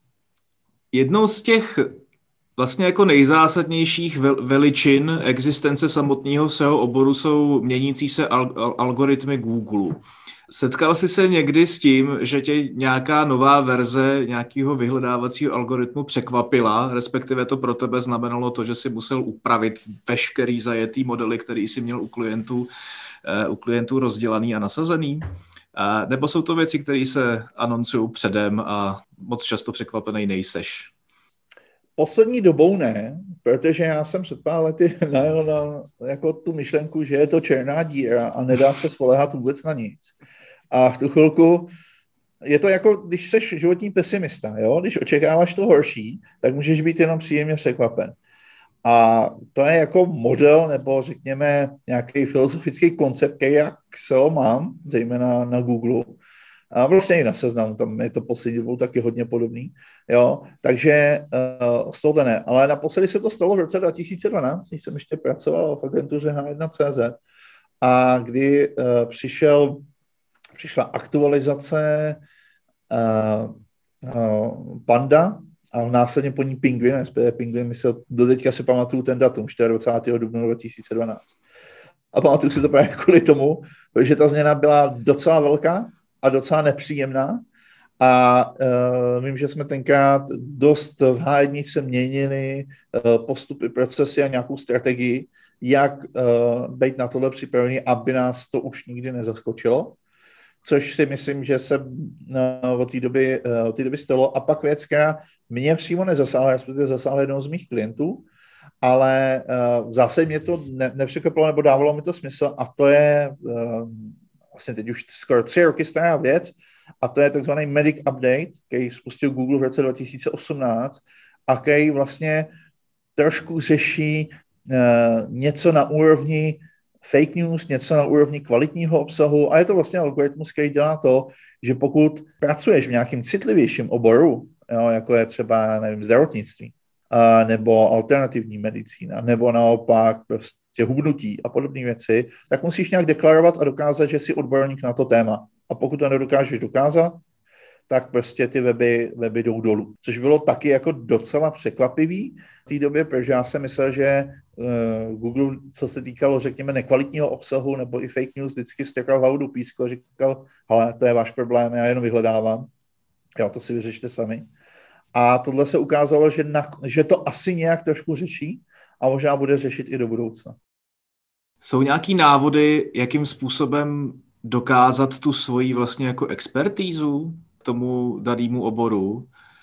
Jednou z těch vlastně jako nejzásadnějších veličin existence samotného S E O oboru jsou měnící se al- algoritmy Google. Setkal jsi se někdy s tím, že tě nějaká nová verze nějakého vyhledávacího algoritmu překvapila, respektive to pro tebe znamenalo to, že jsi musel upravit veškerý zajetý modely, který jsi měl u klientů, u klientů rozdělaný a nasazený? Nebo jsou to věci, které se anoncují předem a moc často překvapený nejseš? Poslední dobou ne, protože já jsem před pár lety najel na jako tu myšlenku, že je to černá díra a nedá se spoléhat vůbec na nic. A v tu chvilku je to jako, když jsi životní pesimista, jo? Když očekáváš to horší, tak můžeš být jenom příjemně překvapen. A to je jako model, nebo řekněme nějaký filozofický koncept, který jak S E O mám, zejména na Google, a vlastně i na Seznamu, tam je to poslední dobou taky hodně podobný, jo, takže uh, z toho ne, ale naposledy se to stalo v roce dva tisíce dvanáct, když jsem ještě pracoval v agentuře H jedna tečka cé zet a kdy uh, přišel, přišla aktualizace uh, uh, Panda a následně po ní Penguin, respektive Penguin, my se do teďka si pamatuju ten datum, dvacátého čtvrtého dubna dva tisíce dvanáct. A pamatuju si to právě kvůli tomu, protože ta změna byla docela velká a docela nepříjemná. A uh, vím, že jsme tenkrát dost v há jedna se měnili uh, postupy, procesy a nějakou strategii, jak uh, být na tohle připravený, aby nás to už nikdy nezaskočilo. Což si myslím, že se uh, od té doby, uh, od té doby stalo. A pak věc, která mě přímo nezasáhla, respektive zasáhla jednoho z mých klientů, ale uh, zase mě to ne, nepřekvapilo, nebo dávalo mi to smysl, a to je uh, vlastně teď už skoro tři roky stará věc, a to je takzvaný Medic Update, který spustil Google v roce dva tisíce osmnáct a který vlastně trošku řeší uh, něco na úrovni fake news, něco na úrovni kvalitního obsahu, a je to vlastně algoritmus, který dělá to, že pokud pracuješ v nějakým citlivějším oboru, jo, jako je třeba, nevím, zdravotnictví, a nebo alternativní medicína, nebo naopak prostě hubnutí a podobné věci, tak musíš nějak deklarovat a dokázat, že jsi odborník na to téma. A pokud to nedokážeš dokázat, tak prostě ty weby, weby jdou dolů. Což bylo taky jako docela překvapivý v té době, protože já jsem myslel, že uh, Google, co se týkalo, řekněme, nekvalitního obsahu nebo i fake news, vždycky strkal hlavu do písku a říkal, hele, to je váš problém, já jenom vyhledávám. Jo, to si vyřešte sami. A tohle se ukázalo, že, na, že to asi nějak trošku řeší a možná bude řešit i do budoucna. Jsou nějaký návody, jakým způsobem dokázat tu svoji vlastně jako expertízu tomu danému oboru?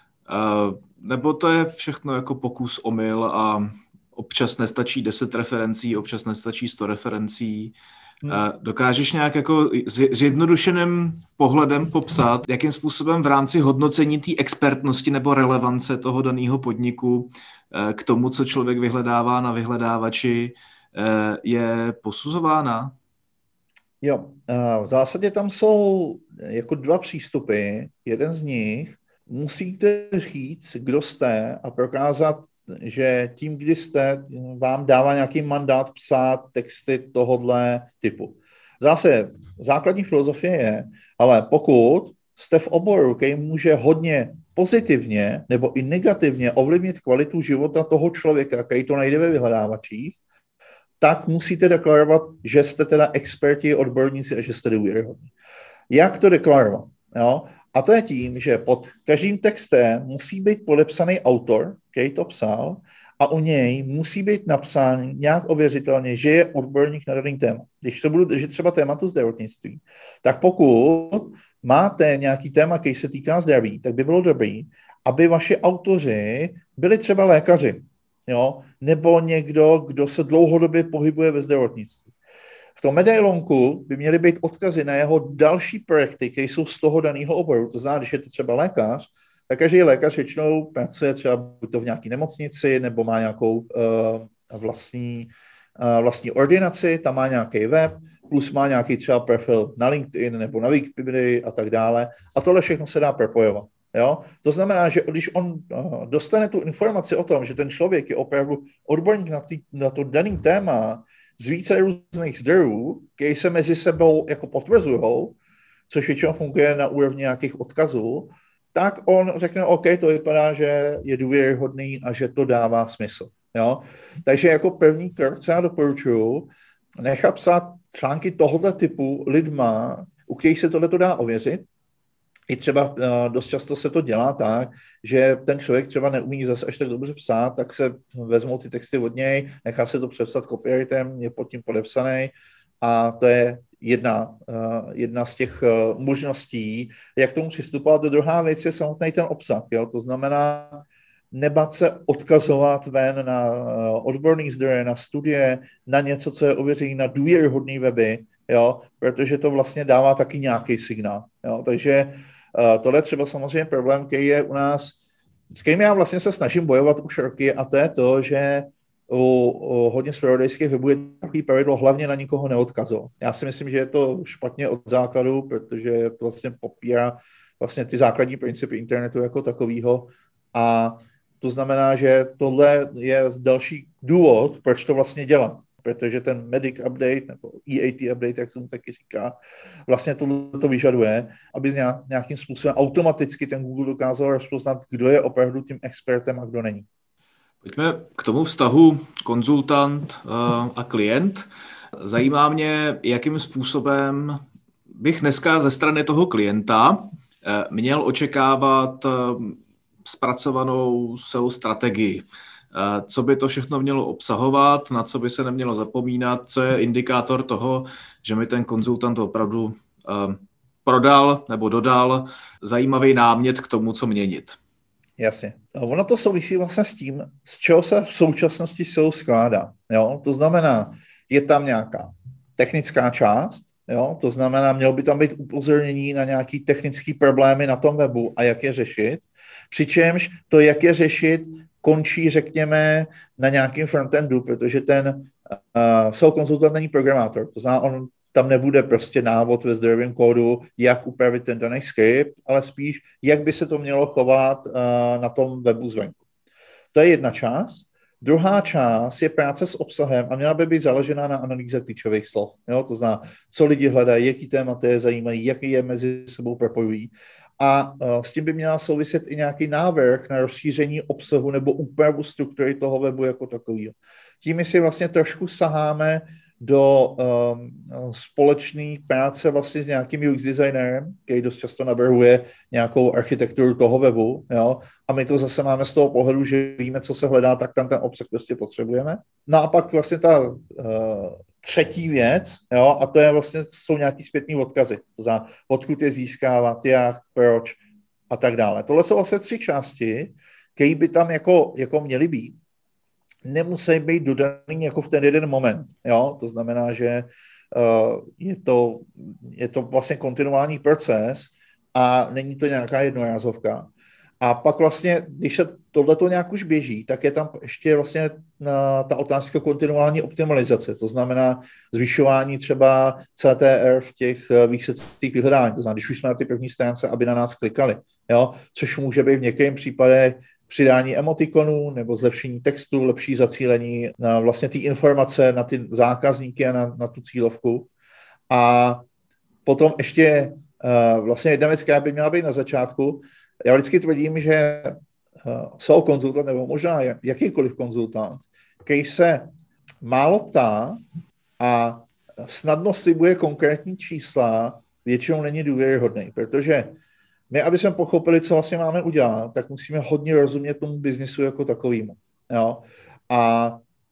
Uh, nebo to je všechno jako pokus omyl a občas nestačí deset referencí, občas nestačí sto referencí? Hmm. Uh, dokážeš nějak jako zjednodušeným pohledem popsat, jakým způsobem v rámci hodnocení té expertnosti nebo relevance toho daného podniku uh, k tomu, co člověk vyhledává na vyhledávači, uh, je posuzována? Jo, v zásadě tam jsou jako dva přístupy. Jeden z nich musíte říct, kdo jste a prokázat, že tím, kdy jste, vám dává nějaký mandát psát texty tohodle typu. Zase základní filozofie je, ale pokud jste v oboru, který může hodně pozitivně nebo i negativně ovlivnit kvalitu života toho člověka, který to najde ve vyhledávačích, tak musíte deklarovat, že jste teda experti, odborníci a že jste důvěryhodní. Jak to deklarovat? Jo? A to je tím, že pod každým textem musí být podepsaný autor, který to psal, a u něj musí být napsán nějak ověřitelně, že je odborník na daný téma. Když to budu držet třeba tématu zdravotnictví, tak pokud máte nějaký téma, který se týká zdraví, tak by bylo dobrý, aby vaši autoři byli třeba lékaři, jo? Nebo někdo, kdo se dlouhodobě pohybuje ve zdravotnictví. V tom medailonku by měly být odkazy na jeho další projekty, které jsou z toho daného oboru. To znamená, když je to třeba lékař, tak každý lékař většinou pracuje třeba buď to v nějaké nemocnici, nebo má nějakou uh, vlastní, uh, vlastní ordinaci, tam má nějaký web, plus má nějaký třeba profil na LinkedIn nebo na Wikipedii a tak dále. A tohle všechno se dá propojovat. Jo? To znamená, že když on uh, dostane tu informaci o tom, že ten člověk je opravdu odborník na, tý, na to daný téma z více různých zdrojů, které se mezi sebou jako potvrzují, což většinou funguje na úrovni nějakých odkazů, tak on řekne, OK, to vypadá, že je důvěryhodný a že to dává smysl. Jo? Takže jako první krok, co já doporučuji, nechat psát články tohoto typu lidma, u kterých se tohle dá ověřit. I třeba uh, dost často se to dělá tak, že ten člověk třeba neumí zase až tak dobře psát, tak se vezmou ty texty od něj, nechá se to přepsat copywriterem, je pod tím podepsaný, a to je jedna, uh, jedna z těch uh, možností, jak k tomu přistupovat. A druhá věc je samotný ten obsah. Jo? To znamená nebát se odkazovat ven na uh, odborný zdroje, na studie, na něco, co je ověřené na důvěryhodné weby, jo? Protože to vlastně dává taky nějaký signál. Jo? Takže uh, tohle je třeba samozřejmě problém, který je u nás, s kterým já vlastně se snažím bojovat už roky, a to je to, že U, u hodně zpravodajských webů je takový pravidlo hlavně na nikoho neodkazovat. Já si myslím, že je to špatně od základu, protože to vlastně popírá vlastně ty základní principy internetu jako takového, a to znamená, že tohle je další důvod, proč to vlastně dělat, protože ten Medic Update nebo E A T Update, jak se mu taky říká, vlastně tohle to vyžaduje, aby nějakým způsobem automaticky ten Google dokázal rozpoznat, kdo je opravdu tím expertem a kdo není. Pojďme k tomu vztahu konzultant a klient. Zajímá mě, jakým způsobem bych dneska ze strany toho klienta měl očekávat zpracovanou S E O strategii. Co by to všechno mělo obsahovat, na co by se nemělo zapomínat, co je indikátor toho, že mi ten konzultant opravdu prodal nebo dodal zajímavý námět k tomu, co měnit. Jasně. Ono to souvisí vlastně s tím, z čeho se v současnosti S E O skládá. Jo? To znamená, je tam nějaká technická část, jo? To znamená, mělo by tam být upozornění na nějaké technické problémy na tom webu a jak je řešit. Přičemž to, jak je řešit, končí, řekněme, na nějakém frontendu, protože ten uh, S E O konzultant není programátor. To znamená, on tam nebude prostě návod ve zdrojovém kódu, jak upravit ten daný skript, ale spíš, jak by se to mělo chovat uh, na tom webu zvenku. To je jedna část. Druhá část je práce s obsahem a měla by být založena na analýze klíčových slov. Jo? To znamená, co lidi hledají, jaký témata je zajímají, jaký je mezi sebou propojují. A uh, s tím by měla souviset i nějaký návrh na rozšíření obsahu nebo úpravu struktury toho webu jako takového. Tím si vlastně trošku saháme do um, společné práce vlastně s nějakým U X designérem, který dost často navrhuje nějakou architekturu toho webu, jo? A my to zase máme z toho pohledu, že víme, co se hledá, tak tam ten obsah prostě potřebujeme. No a pak vlastně ta uh, třetí věc, jo? A to je vlastně, jsou nějaký zpětný odkazy, to znamená, odkud je získávat, jak, proč a tak dále. Tohle jsou vlastně tři části, které by tam jako, jako měly být. Nemusí být dodaný jako v ten jeden moment. Jo? To znamená, že uh, je, to, je to vlastně kontinuální proces a není to nějaká jednorázovka. A pak vlastně, když se tohleto nějak už běží, tak je tam ještě vlastně na, ta otázka kontinuální optimalizace. To znamená zvyšování třeba C T R v těch výsledcích vyhledání. To znamená, když už jsme na ty první stránce, aby na nás klikali. Jo? Což může být v některém případě přidání emotikonů nebo zlepšení textu, lepší zacílení na vlastně ty informace na ty zákazníky a na, na tu cílovku. A potom ještě uh, vlastně jedna věc, která by měla být na začátku. Já vždycky tvrdím, že uh, S E O konzultant nebo možná jakýkoliv konzultant, který se málo ptá a snadno slibuje konkrétní čísla, většinou není důvěryhodný, protože my, aby jsme pochopili, co vlastně máme udělat, tak musíme hodně rozumět tomu biznisu jako takovému. Jo? A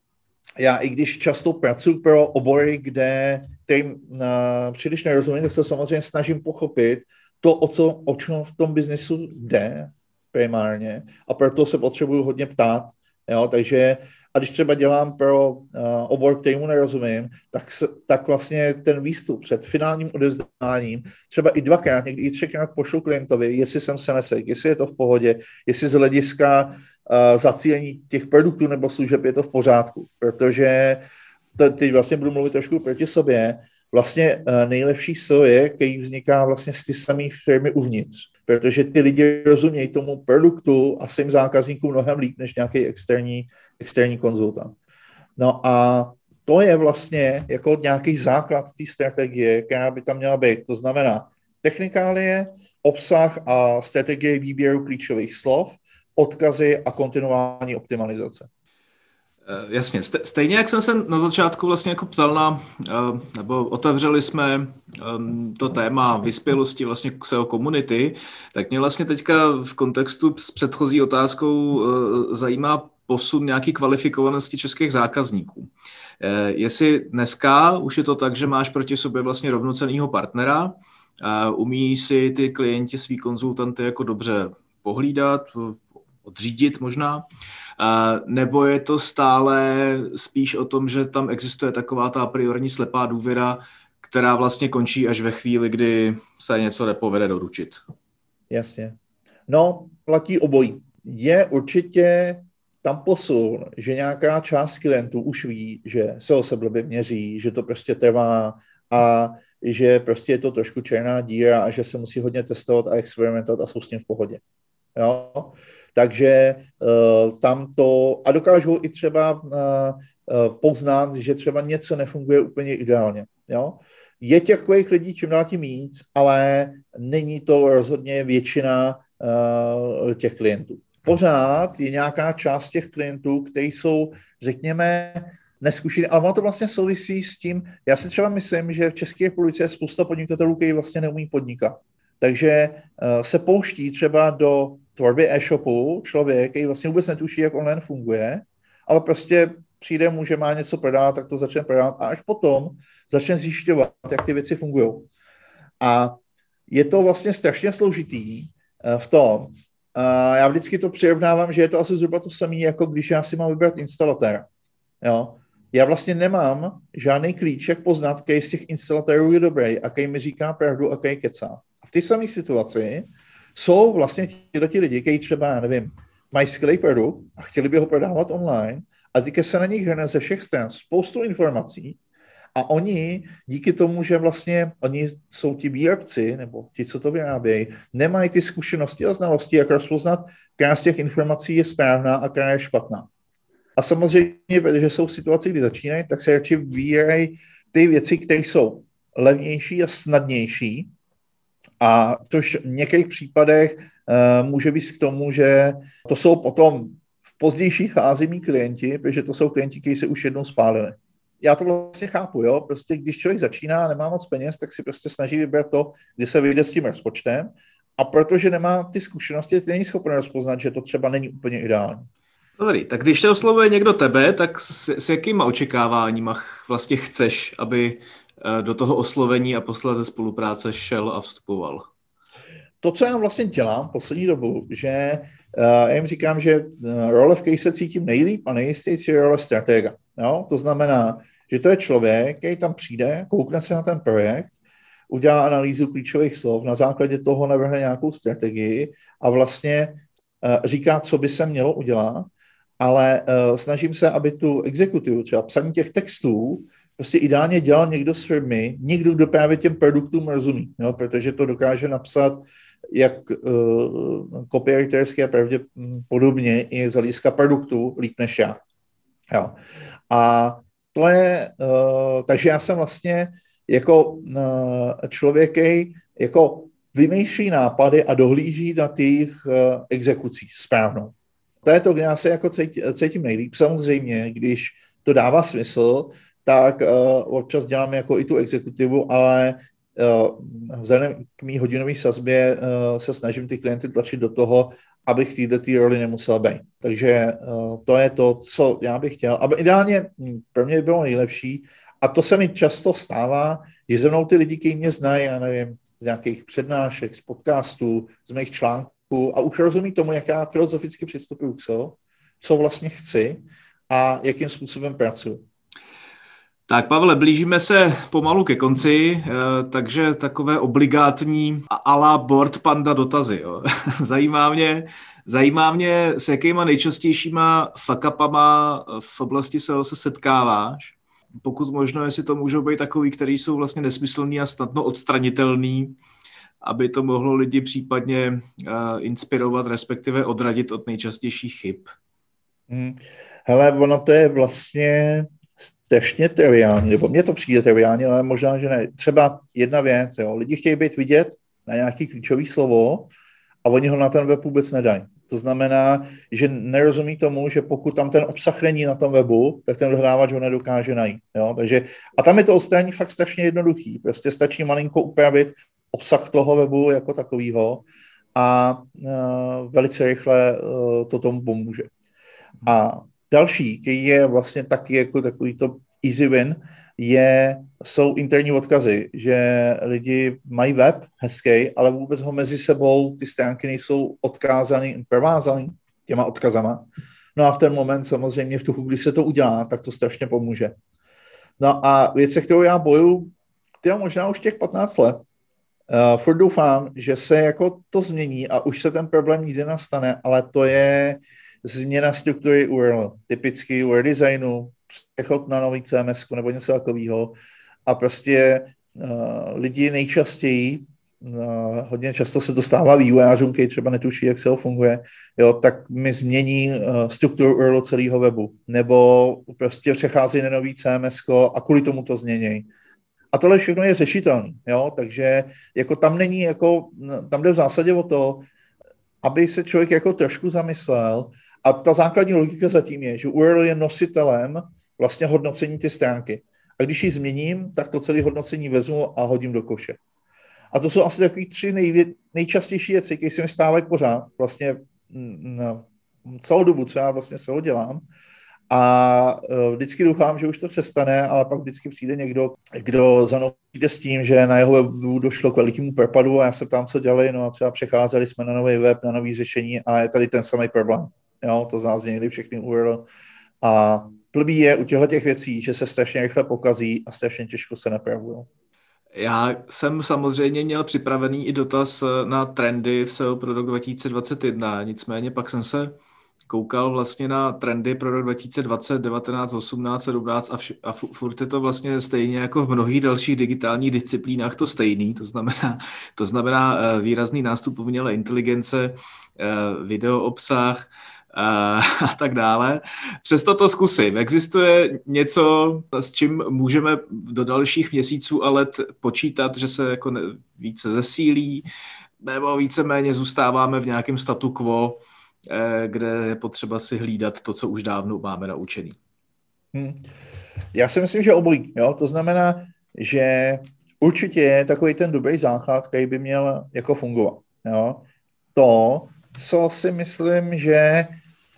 já, i když často pracuji pro obory, kde kterým uh, příliš nerozumím, tak se samozřejmě snažím pochopit to, o co o čem v tom biznisu jde primárně. A proto se potřebuju hodně ptát. Jo? Takže a když třeba dělám pro uh, obor, kterému nerozumím, tak, tak vlastně ten výstup před finálním odevzdáním třeba i dvakrát, někdy i třikrát pošlu klientovi, jestli jsem se nesekl, jestli je to v pohodě, jestli z hlediska uh, zacílení těch produktů nebo služeb je to v pořádku. Protože to, teď vlastně budu mluvit trošku proti sobě, vlastně uh, nejlepší S E O je, který vzniká vlastně z ty samé firmy uvnitř. Protože ty lidi rozumějí tomu produktu a svým zákazníkům mnohem líp než nějaký externí, externí konzultant. No a to je vlastně jako nějaký základ té strategie, která by tam měla být. To znamená technikálie, obsah a strategie výběru klíčových slov, odkazy a kontinuální optimalizace. Jasně. Stejně jak jsem se na začátku vlastně jako ptal na, nebo otevřeli jsme to téma vyspělosti vlastně S E O komunity, tak mě vlastně teďka v kontextu s předchozí otázkou zajímá posun nějaký kvalifikovanosti českých zákazníků. Jestli dneska už je to tak, že máš proti sobě vlastně rovnocennýho partnera, umí si ty klienti, svý konzultanty jako dobře pohlídat, odřídit možná, nebo je to stále spíš o tom, že tam existuje taková ta priorní slepá důvěra, která vlastně končí až ve chvíli, kdy se něco nepovede doručit? Jasně. No, platí obojí. Je určitě tam posun, že nějaká část klientů už ví, že S E O se blbě měří, že to prostě trvá a že prostě je to trošku černá díra a že se musí hodně testovat a experimentovat a jsou s tím v pohodě. Jo? Takže uh, tam to, a dokážou i třeba uh, uh, poznat, že třeba něco nefunguje úplně ideálně. Jo? Je těch takových lidí čím dál tím víc, ale není to rozhodně většina uh, těch klientů. Pořád je nějaká část těch klientů, kteří jsou, řekněme, neskušený, ale ono to vlastně souvisí s tím, já si třeba myslím, že v České republice je spousta podnikatelů, kteří vlastně neumí podnikat. Takže uh, se pouští třeba do tvorby e-shopu člověk, který vlastně vůbec netuší, jak online funguje, ale prostě přijde mu, že má něco prodávat, tak to začne prodávat a až potom začne zjišťovat, jak ty věci fungují. A je to vlastně strašně složitý uh, v tom, uh, já vždycky to přirovnávám, že je to asi zhruba to samé, jako když já si mám vybrat instalatéra. Jo? Já vlastně nemám žádný klíč, jak poznat, který z těch instalatérů je dobrý a který mi říká pravdu a který kecá. A v té samé situaci jsou vlastně ti lidi, kteří třeba, já nevím, mají skvělý produkt a chtěli by ho prodávat online a teďka se na nich hrne ze všech stran spoustu informací a oni díky tomu, že vlastně oni jsou ti výrobci nebo ti, co to vyrábějí, nemají ty zkušenosti a znalosti, jak rozpoznat, která z těch informací je správná a která je špatná. A samozřejmě, protože jsou v situaci, kdy začínají, tak se radši vybírají ty věci, které jsou levnější a snadnější. A tož v některých případech uh, může být k tomu, že to jsou potom v pozdější fázi mý klienti, protože to jsou klienti, kteří se už jednou spálili. Já to vlastně chápu, jo, prostě když člověk začíná a nemá moc peněz, tak si prostě snaží vybrat to, kde se vyjde s tím rozpočtem. A protože nemá ty zkušenosti, tak není schopen rozpoznat, že to třeba není úplně ideální. Dobrý, tak když te oslovuje někdo tebe, tak s, s jakýma očekáváníma vlastně chceš, aby do toho oslovení a posléze spolupráce šel a vstupoval? To, co já vlastně dělám poslední dobu, že uh, já jim říkám, že uh, role, v které se cítím nejlíp a nejistěji, je role stratega. Jo? To znamená, že to je člověk, který tam přijde, koukne se na ten projekt, udělá analýzu klíčových slov, na základě toho navrhne nějakou strategii a vlastně uh, říká, co by se mělo udělat, ale uh, snažím se, aby tu exekutivu, třeba psaní těch textů, prostě ideálně dělal někdo z firmy, někdo, kdo právě těm produktům rozumí, jo? Protože to dokáže napsat jak uh, copywritersky a pravděpodobně i z hlediska produktů líp než já. Jo. A to je, uh, takže já jsem vlastně jako uh, člověk, který jako vymýšlí nápady a dohlíží na těch uh, exekucí správnou. To je to, kde já se jako cítím, cítím nejlíp. Samozřejmě, když to dává smysl, tak uh, občas děláme jako i tu exekutivu, ale uh, vzhledem k mý hodinové sazbě uh, se snažím ty klienty tlačit do toho, abych v této roli nemusel být. Takže uh, to je to, co já bych chtěl. Aby ideálně pro mě by bylo nejlepší, a to se mi často stává, že ze mnou ty lidi, kteří mě znají, já nevím, z nějakých přednášek, z podcastů, z mých článků a už rozumí tomu, jak já filozoficky přistupuju k co, co vlastně chci a jakým způsobem pracuji. Tak Pavle, blížíme se pomalu ke konci, takže takové obligátní a la Board Panda dotazy. Jo. Zajímá mě, zajímá mě, s jakýma nejčastějšíma fuck-upama v oblasti S E O se setkáváš. Pokud možno, jestli to můžou být takový, který jsou vlastně nesmyslný a snadno odstranitelný, aby to mohlo lidi případně inspirovat, respektive odradit od nejčastějších chyb. Hmm. Hele, ono to je vlastně strašně triviální, nebo mně to přijde triviální, ale možná, že ne. Třeba jedna věc, jo, lidi chtějí být vidět na nějaký klíčový slovo a oni ho na ten web vůbec nedají. To znamená, že nerozumí tomu, že pokud tam ten obsah není na tom webu, tak ten vyhledávač ho nedokáže najít. Jo? Takže, a tam je to odstranění fakt strašně jednoduchý. Prostě stačí malinko upravit obsah toho webu jako takovýho a uh, velice rychle uh, to tomu pomůže. A další, který je vlastně taky jako takový to easy win, je, jsou interní odkazy, že lidi mají web hezký, ale vůbec ho mezi sebou ty stránky nejsou odkázaný, provázaný těma odkazama. No a v ten moment samozřejmě v tu chvíli, kdy se to udělá, tak to strašně pomůže. No a věc, se kterou já bojuju, to možná už těch patnáct let. Uh, furt doufám, že se jako to změní a už se ten problém nikdy nastane, ale to je změna struktury U R L. Typicky U R designu, přechod na nový C M S nebo něco takového. A prostě uh, lidi nejčastěji, uh, hodně často se dostává vývojářům, kteří třeba netuší, jak S E O funguje, jo, tak mi změní uh, strukturu U R L celého webu. Nebo prostě přechází na nový C M S a kvůli tomu to změní. A tohle všechno je řešitelné, jo, takže jako tam není, jako, tam jde v zásadě o to, aby se člověk jako trošku zamyslel. A ta základní logika zatím je, že U R L je nositelem vlastně hodnocení ty stránky. A když ji změním, tak to celé hodnocení vezmu a hodím do koše. A to jsou asi takový tři nejvě- nejčastější věci, které se mi stávají pořád, vlastně no, celou dobu, co já vlastně se ho dělám. A uh, vždycky doufám, že už to přestane, ale pak vždycky přijde někdo, kdo za mnou přijde s tím, že na jeho webu došlo k velikému propadu a já se ptám, co dělali, no a třeba přecházeli jsme na nový web, na nový řešení a je tady ten samý problém. Jo, to znamená změnili všechny U R L. A blbý je u těchto těch věcí, že se strašně rychle pokazí a strašně těžko se napravují. Já jsem samozřejmě měl připravený i dotaz na trendy v S E O pro rok dva tisíce dvacet jedna, nicméně pak jsem se koukal vlastně na trendy pro rok dva tisíce dvacet, devatenáct, osmnáct, sedmnáct a, vš- a furt je to vlastně stejně jako v mnohých dalších digitálních disciplínách to stejný, to znamená, to znamená výrazný nástup umělé inteligence, video obsah, a tak dále. Přesto to zkusím. Existuje něco, s čím můžeme do dalších měsíců a let počítat, že se jako více zesílí, nebo víceméně zůstáváme v nějakém statu quo, kde je potřeba si hlídat to, co už dávno máme naučený? Hmm. Já si myslím, že obojí. Jo? To znamená, že určitě je takový ten dobrý základ, který by měl jako fungovat. Jo? To, co si myslím, že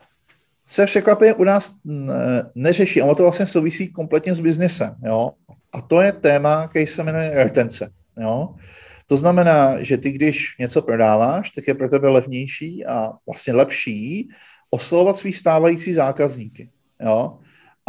se překvapivě u nás neřeší, ale to vlastně souvisí kompletně s biznesem. Jo? A to je téma, který se jmenuje retence. Jo? To znamená, že ty, když něco prodáváš, tak je pro tebe levnější a vlastně lepší oslovovat svý stávající zákazníky. Jo?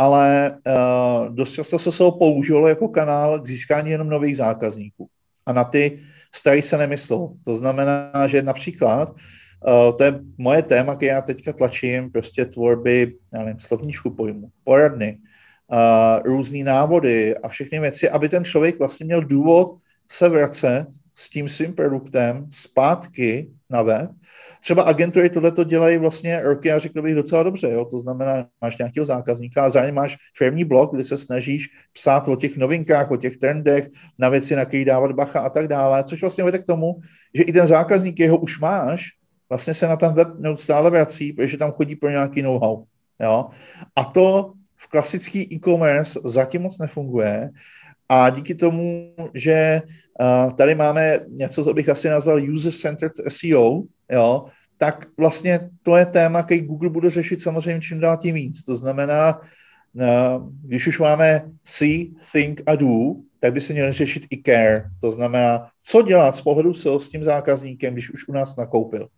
Ale uh, dost často se to použilo jako kanál k získání jenom nových zákazníků. A na ty starý se nemyslel. To znamená, že například Uh, to je moje téma, které já teďka tlačím, prostě tvorby, já nevím, slovníčku pojmu, poradny, uh, různý návody a všechny věci, aby ten člověk vlastně měl důvod se vracet s tím svým produktem zpátky na web. Třeba agentury tohleto dělají vlastně roky a řekl bych docela dobře, jo? To znamená, máš nějakého zákazníka a zároveň máš firmní blog, kde se snažíš psát o těch novinkách, o těch trendech, na věci, na které dávat bacha a tak dále, což vlastně vede k tomu, že i ten zákazník, jeho už máš, vlastně se na ten web neustále vrací, protože tam chodí pro nějaký know-how. Jo? A to v klasický e-commerce zatím moc nefunguje a díky tomu, že uh, tady máme něco, co bych asi nazval user-centered S E O, jo? Tak vlastně to je téma, který Google bude řešit samozřejmě čím dál tím víc. To znamená, uh, když už máme see, think a do, tak by se měl řešit i care. To znamená, co dělat z pohledu S E O s tím zákazníkem, když už u nás nakoupil.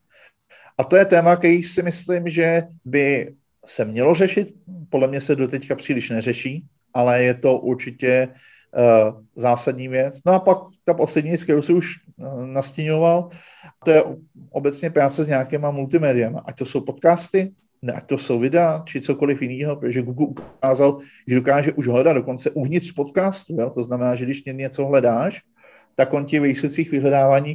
A to je téma, který si myslím, že by se mělo řešit. Podle mě se doteďka příliš neřeší, ale je to určitě uh, zásadní věc. No a pak ta poslední věc, kterou si už uh, nastíňoval, to je obecně práce s nějakýma multimédiemi. Ať to jsou podcasty, ne, ať to jsou videa, či cokoliv jiného, protože Google ukázal, že dokáže už hledat dokonce uvnitř podcastu. Jo? To znamená, že když něco hledáš, tak on ti ve výsledcích vyhledávání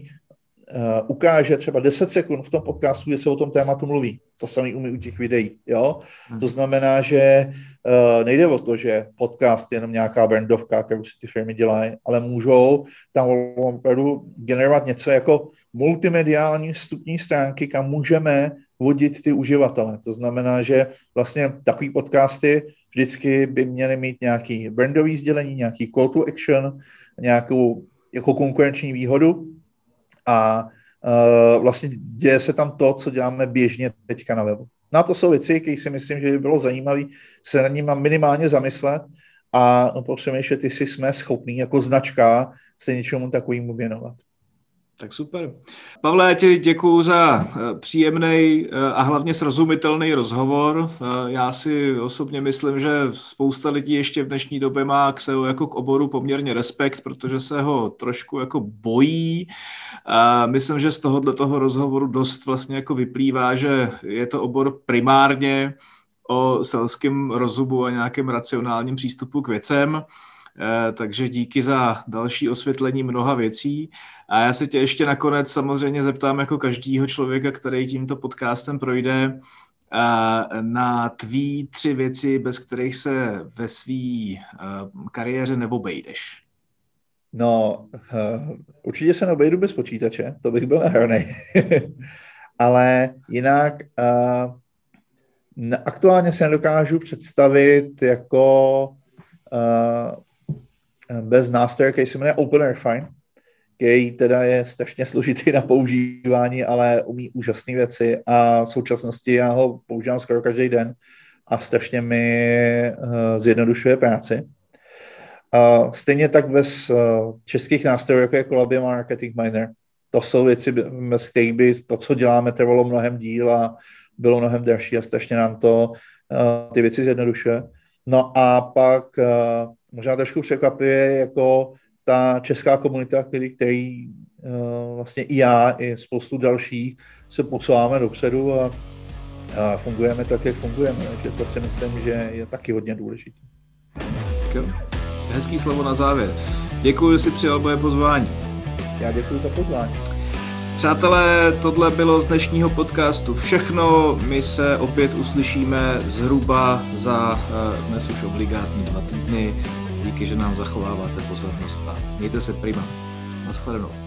Uh, ukáže třeba deset sekund v tom podcastu, kde se o tom tématu mluví. To samý umí u těch videí. Jo? Hmm. To znamená, že uh, nejde o to, že podcast je jenom nějaká brandovka, kterou si ty firmy dělají, ale můžou tam opravdu generovat něco jako multimediální vstupní stránky, kam můžeme vodit ty uživatele. To znamená, že vlastně takový podcasty vždycky by měly mít nějaký brandový sdělení, nějaký call to action, nějakou jako konkurenční výhodu, a uh, vlastně děje se tam to, co děláme běžně teďka na webu. No a to jsou věci, které si myslím, že by bylo zajímavé se na nimi minimálně zamyslet a popřemýšlet, jestli jsme schopní jako značka se něčemu takovému věnovat. Tak super. Pavle, já ti děkuju za příjemný a hlavně srozumitelný rozhovor. Já si osobně myslím, že spousta lidí ještě v dnešní době má k S E O jako k oboru poměrně respekt, protože se ho trošku jako bojí. A myslím, že z tohohle toho rozhovoru dost vlastně jako vyplývá, že je to obor primárně o selském rozumu a nějakém racionálním přístupu k věcem. Takže díky za další osvětlení mnoha věcí. A já se tě ještě nakonec samozřejmě zeptám jako každýho člověka, který tímto podcastem projde, na tvý tři věci, bez kterých se ve své kariéře neobejdeš. No, uh, určitě se neobejdu bez počítače, to bych byl nahranej. Ale jinak uh, aktuálně se nedokážu představit jako uh, bez nástroje, který se jmenuje OpenRefine, který teda je strašně složitý na používání, ale umí úžasné věci a v současnosti já ho používám skoro každý den a strašně mi uh, zjednodušuje práci. Uh, stejně tak bez uh, českých nástrojů, jako je Collabia Marketing Miner. To jsou věci, bez kterých by to, co děláme, trvalo mnohem díl a bylo mnohem dražší a strašně nám to uh, ty věci zjednodušuje. No a pak uh, možná trošku překvapivě jako ta česká komunita, který, který uh, vlastně i já, i spoustu dalších se posouváme dopředu a, a fungujeme tak, jak fungujeme. Takže to si myslím, že je taky hodně důležité. Okay. Hezký slovo na závěr. Děkuji, že jsi přijal moje pozvání. Já děkuji za pozvání. Přátelé, tohle bylo z dnešního podcastu všechno. My se opět uslyšíme zhruba za dnes už obligátní dva týdny. Díky, že nám zachováváte pozornost a mějte se prima. Naschledanou.